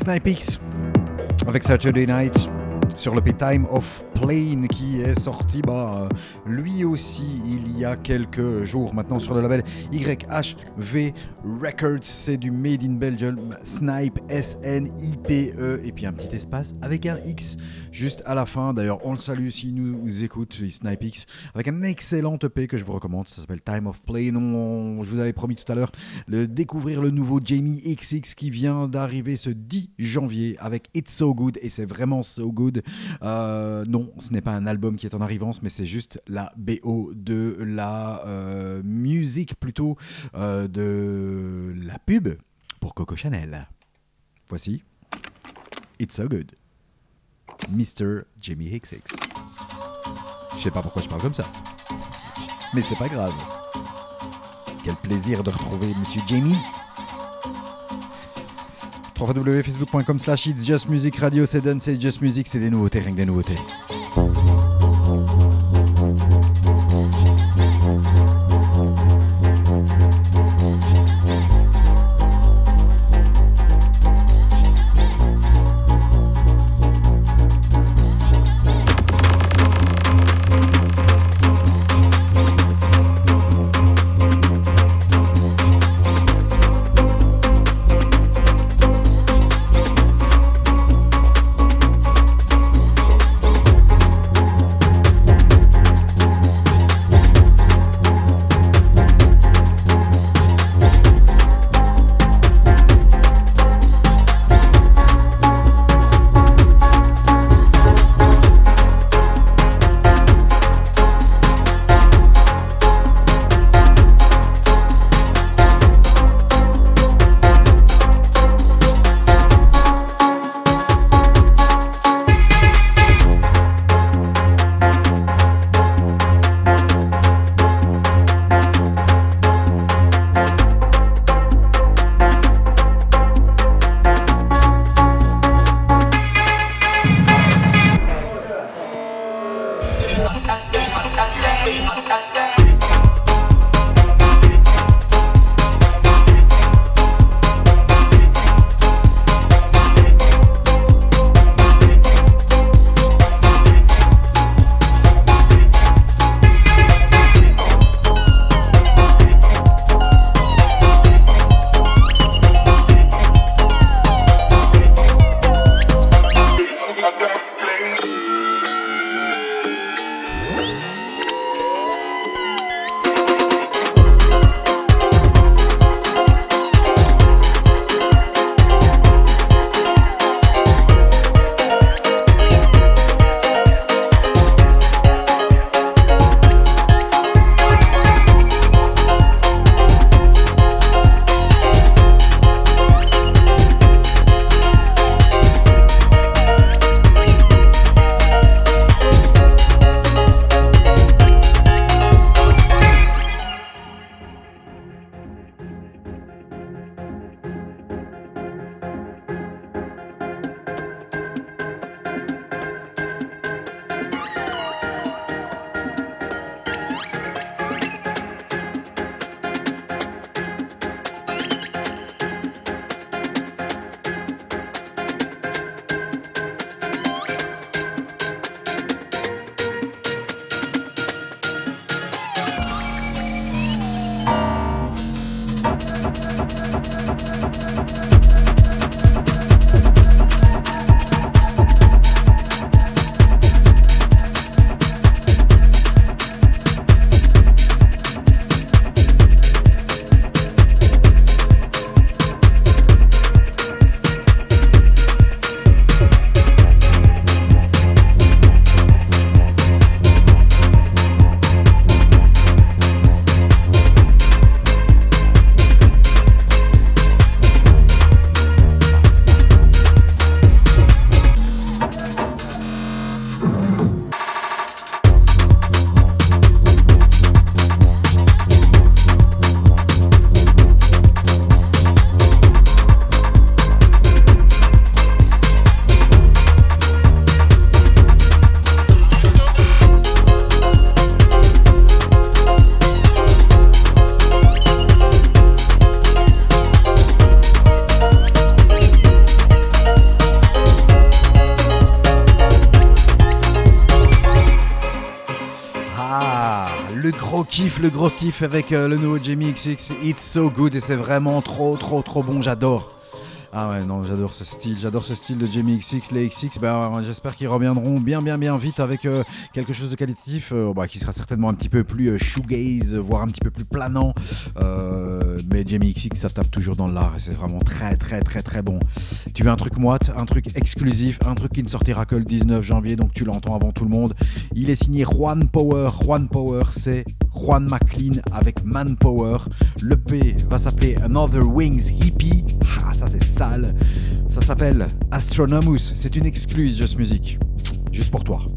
Snipix avec Saturday Night sur le P Time of Plane qui est sorti bah, lui aussi il y a quelques jours maintenant sur le label Y H V Records. C'est du Made in Belgium, Snipe, S N I P E et puis un petit espace avec un X juste à la fin. D'ailleurs on le salue s'il nous écoute, Snipix, avec un excellent E P que je vous recommande, ça s'appelle Time of Plane. On, je vous avais promis tout à l'heure de découvrir le nouveau Jamie X X qui vient d'arriver ce dix janvier avec It's So Good, et c'est vraiment so good. Euh, non, ce n'est pas un album qui est en arrivance, mais c'est juste la B O de la euh, musique plutôt euh, de la pub pour Coco Chanel. Voici It's So Good, mister Jamie X X. Je sais pas pourquoi je parle comme ça, mais c'est pas grave. Quel plaisir de retrouver Monsieur Jamie. w w w point facebook point com slash It's Just Music Radio, c'est done, c'est Just Music, c'est des nouveautés, rien que des nouveautés. Thank kiff, le gros kiff avec euh, le nouveau Jamie X X. It's so good et c'est vraiment trop, trop, trop bon. J'adore. Ah ouais, non, j'adore ce style, j'adore ce style de Jamie X X, les X X, ben, j'espère qu'ils reviendront bien, bien, bien vite avec euh, quelque chose de qualitatif, euh, bah, qui sera certainement un petit peu plus euh, shoegaze, voire un petit peu plus planant, euh, mais Jamie X X, ça tape toujours dans l'art et c'est vraiment très, très, très, très bon. Tu veux un truc moite, un truc exclusif, un truc qui ne sortira que le dix-neuf janvier, donc tu l'entends avant tout le monde. Il est signé Juan Power, Juan Power, c'est Juan McLean avec Manpower. Le P va s'appeler Another Wings Hippie, ah ça c'est sale. Ça s'appelle Astronomus, c'est une excluse Just Music, juste pour toi.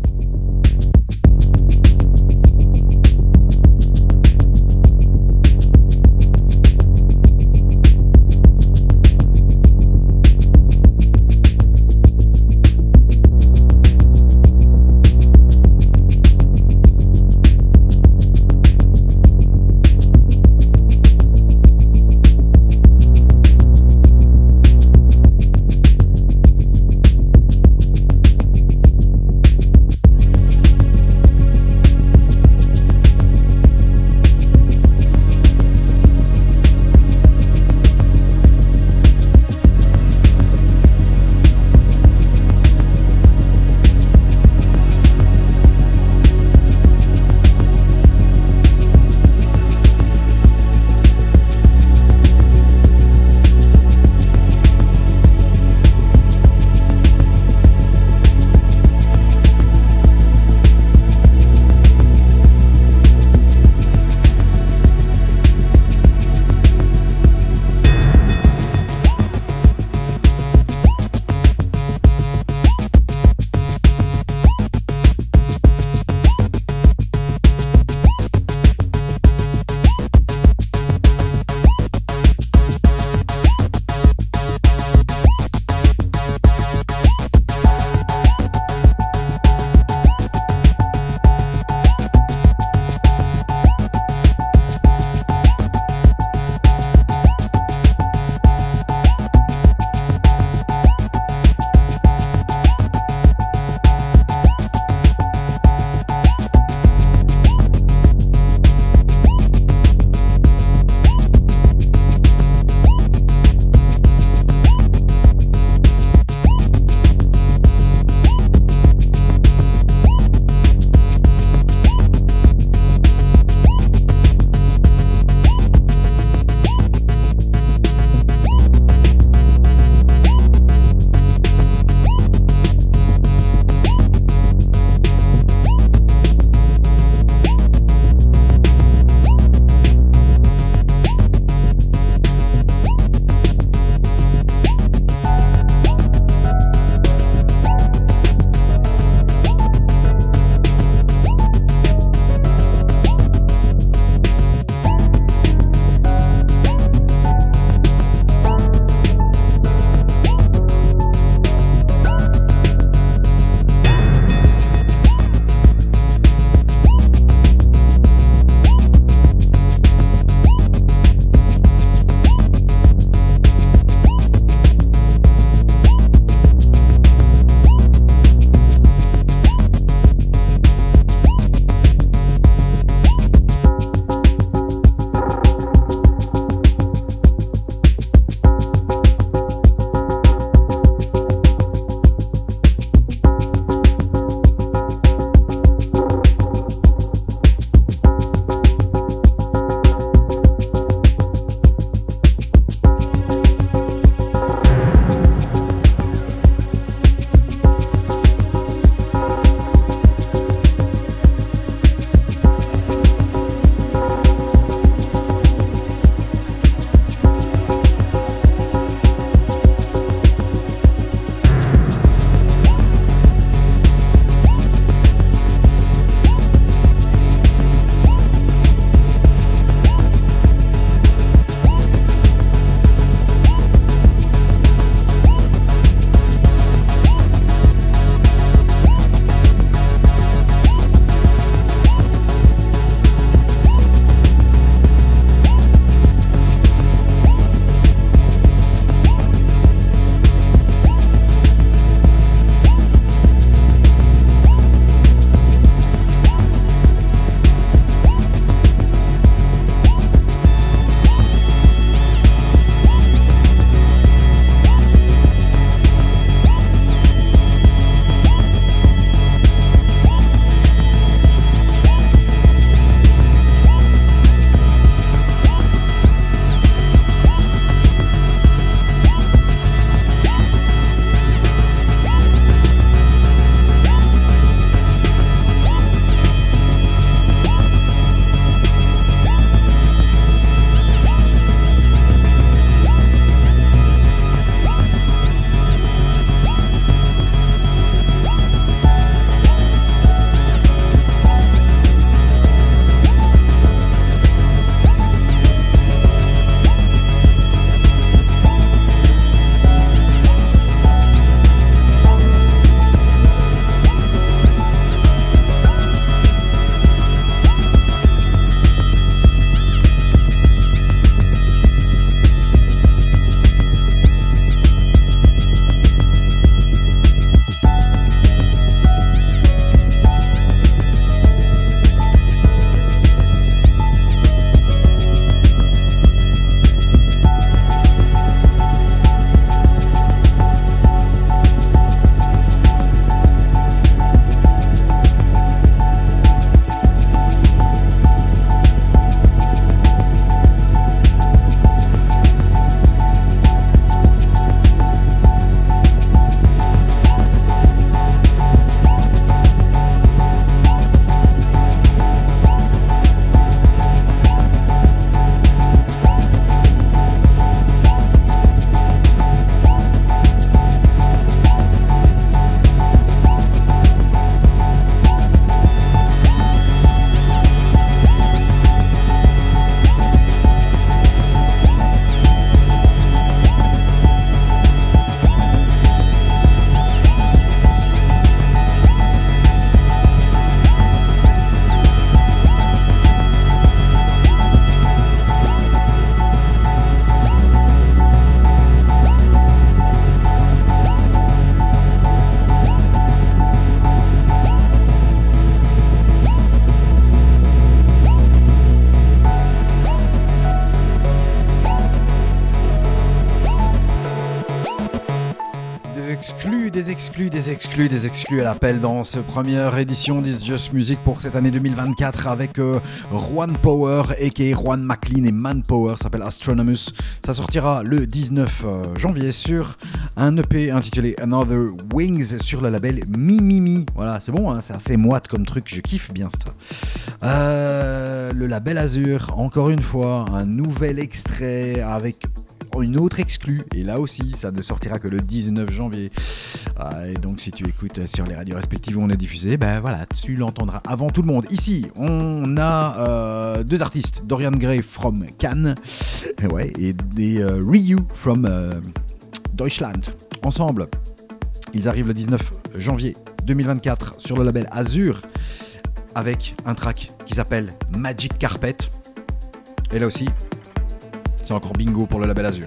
exclus, des exclus, des exclus, des exclus à l'appel dans cette première édition d'It's Just Music pour cette année deux mille vingt-quatre avec euh, Juan Power, aka Juan McLean et Manpower, ça s'appelle Astronomus. Ça sortira le dix-neuf janvier sur un E P intitulé Another Wings sur le label Mimimi. Voilà, c'est bon, hein, c'est assez moite comme truc, je kiffe bien ça. Euh, le label Azur, encore une fois, un nouvel extrait avec une autre exclue, et là aussi ça ne sortira que le dix-neuf janvier. Ah, et donc si tu écoutes sur les radios respectives où on est diffusé, ben voilà, tu l'entendras avant tout le monde. Ici on a euh, deux artistes, Dorian Gray from Cannes, et, ouais, et, et euh, Ryu from euh, Deutschland. Ensemble, ils arrivent le dix-neuf janvier deux mille vingt-quatre sur le label Azur avec un track qui s'appelle Magic Carpet. Et là aussi, c'est encore bingo pour le label Azur.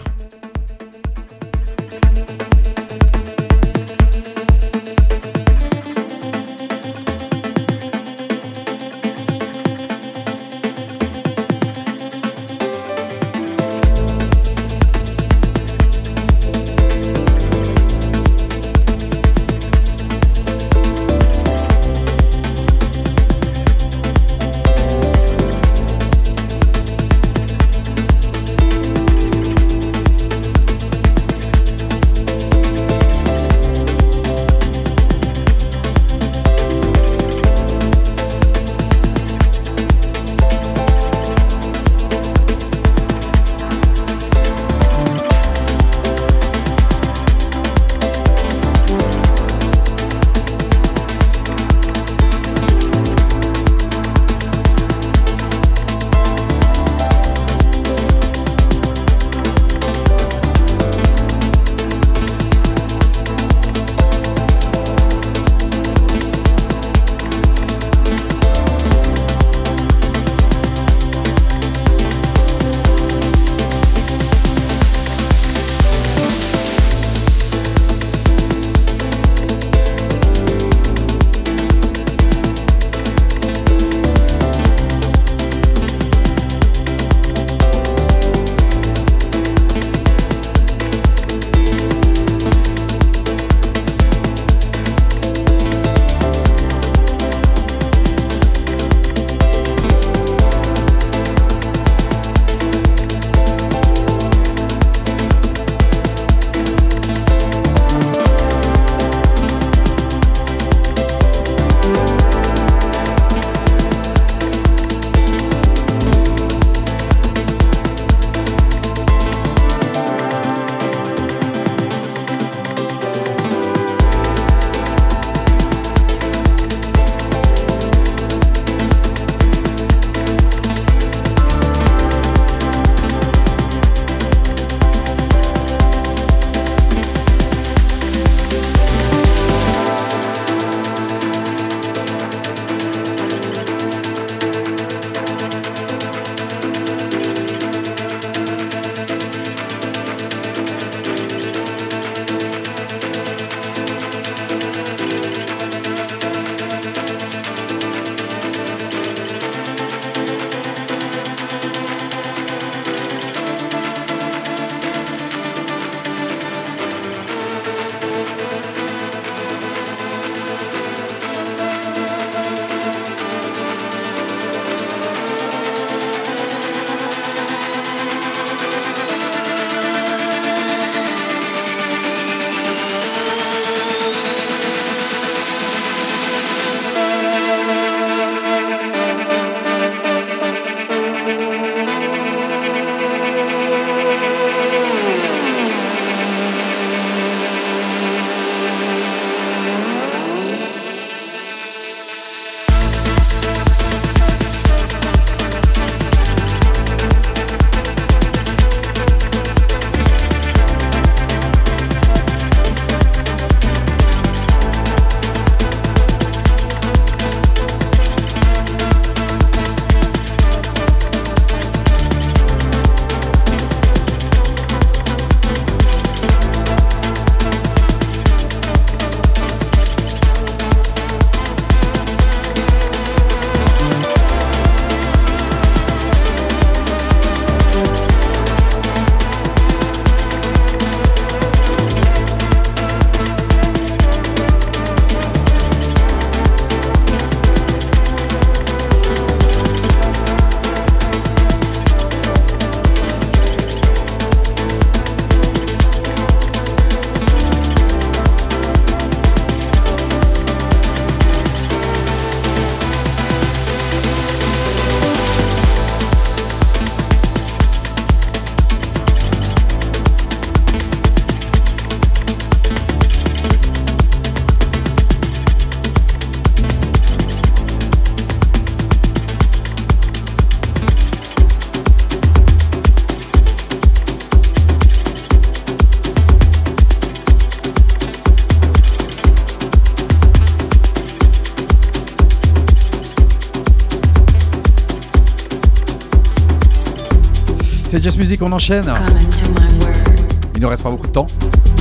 Just Music, on enchaîne. Il ne reste pas beaucoup de temps.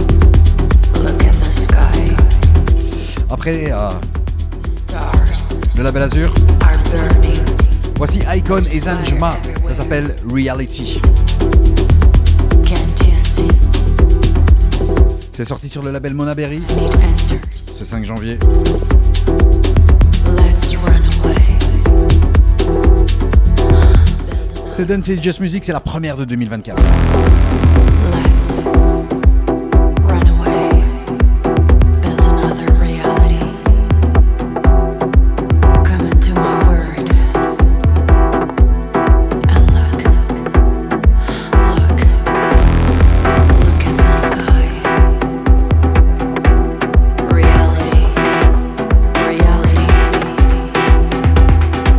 Après euh, le label Azur, voici Icon et Zanjma, ça s'appelle Reality. C'est sorti sur le label Monaberry ce cinq janvier. C'est Done, c'est Just Music, c'est la première de deux mille vingt-quatre. Let's run away, build another reality. Come into my word and look, look, look at the sky. Reality, reality.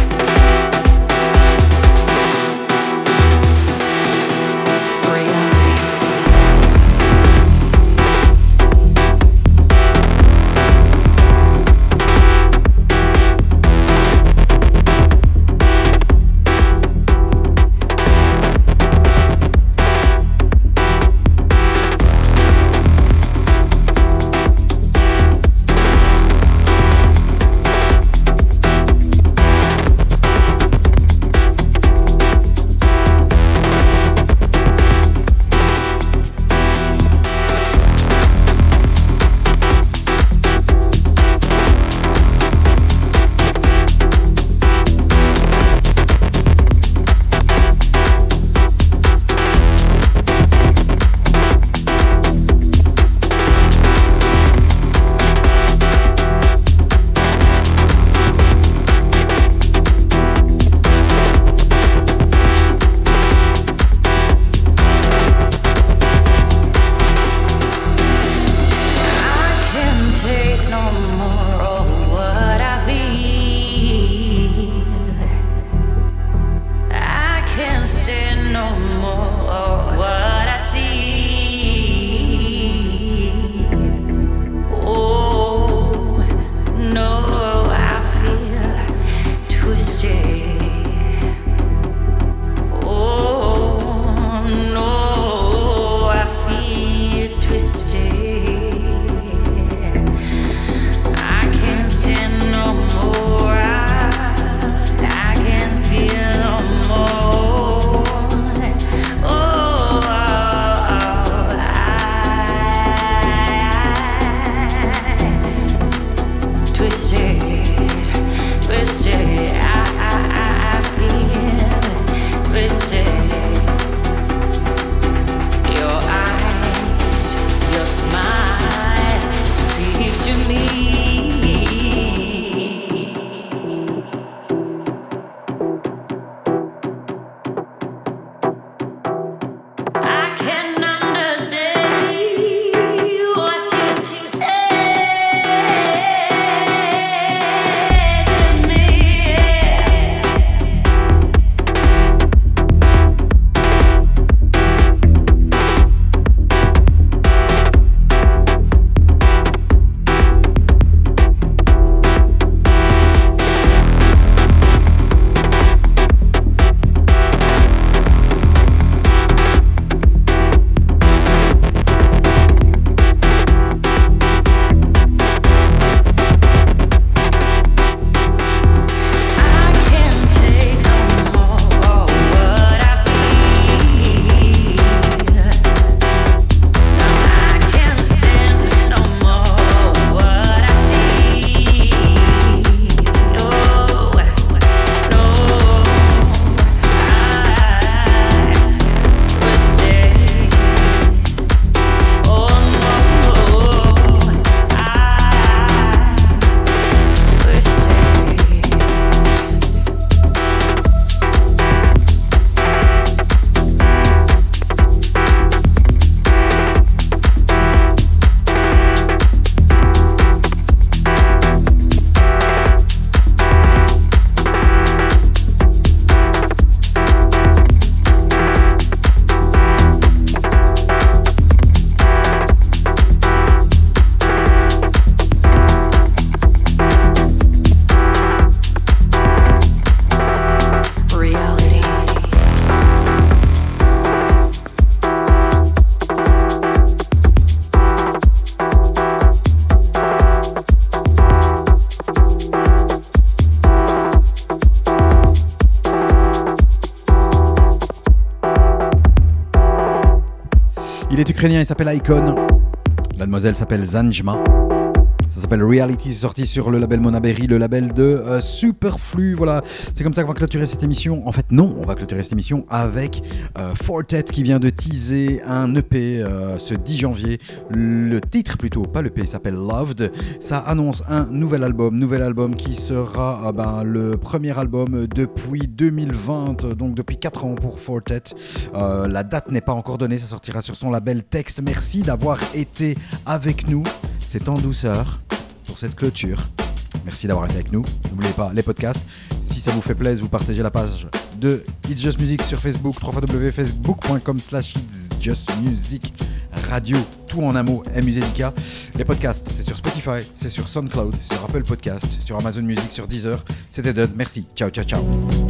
Reality. Il est ukrainien, il s'appelle Icon. La demoiselle s'appelle Zanjma. Ça s'appelle Reality, c'est sorti sur le label Monaberry, le label de euh, Superflu. Voilà, c'est comme ça qu'on va clôturer cette émission. En fait, non, on va clôturer cette émission avec euh, Fortet qui vient de teaser un E P euh, ce dix janvier. Le titre plutôt, pas l'E P, il s'appelle Loved. Ça annonce un nouvel album, nouvel album qui sera euh, ben, le premier album depuis deux mille vingt, donc depuis quatre ans pour Fortet. Euh, la date n'est pas encore donnée, ça sortira sur son label Text. Merci d'avoir été avec nous. C'est en douceur pour cette clôture. Merci d'avoir été avec nous. N'oubliez pas les podcasts. Si ça vous fait plaisir, vous partagez la page de It's Just Music sur Facebook, w w w point facebook point com slash It's Just Music Radio, tout en un mot, M U Z I K. Les podcasts, c'est sur Spotify, c'est sur SoundCloud, sur Apple Podcast, sur Amazon Music, sur Deezer. C'était Dud. Merci. Ciao, ciao, ciao.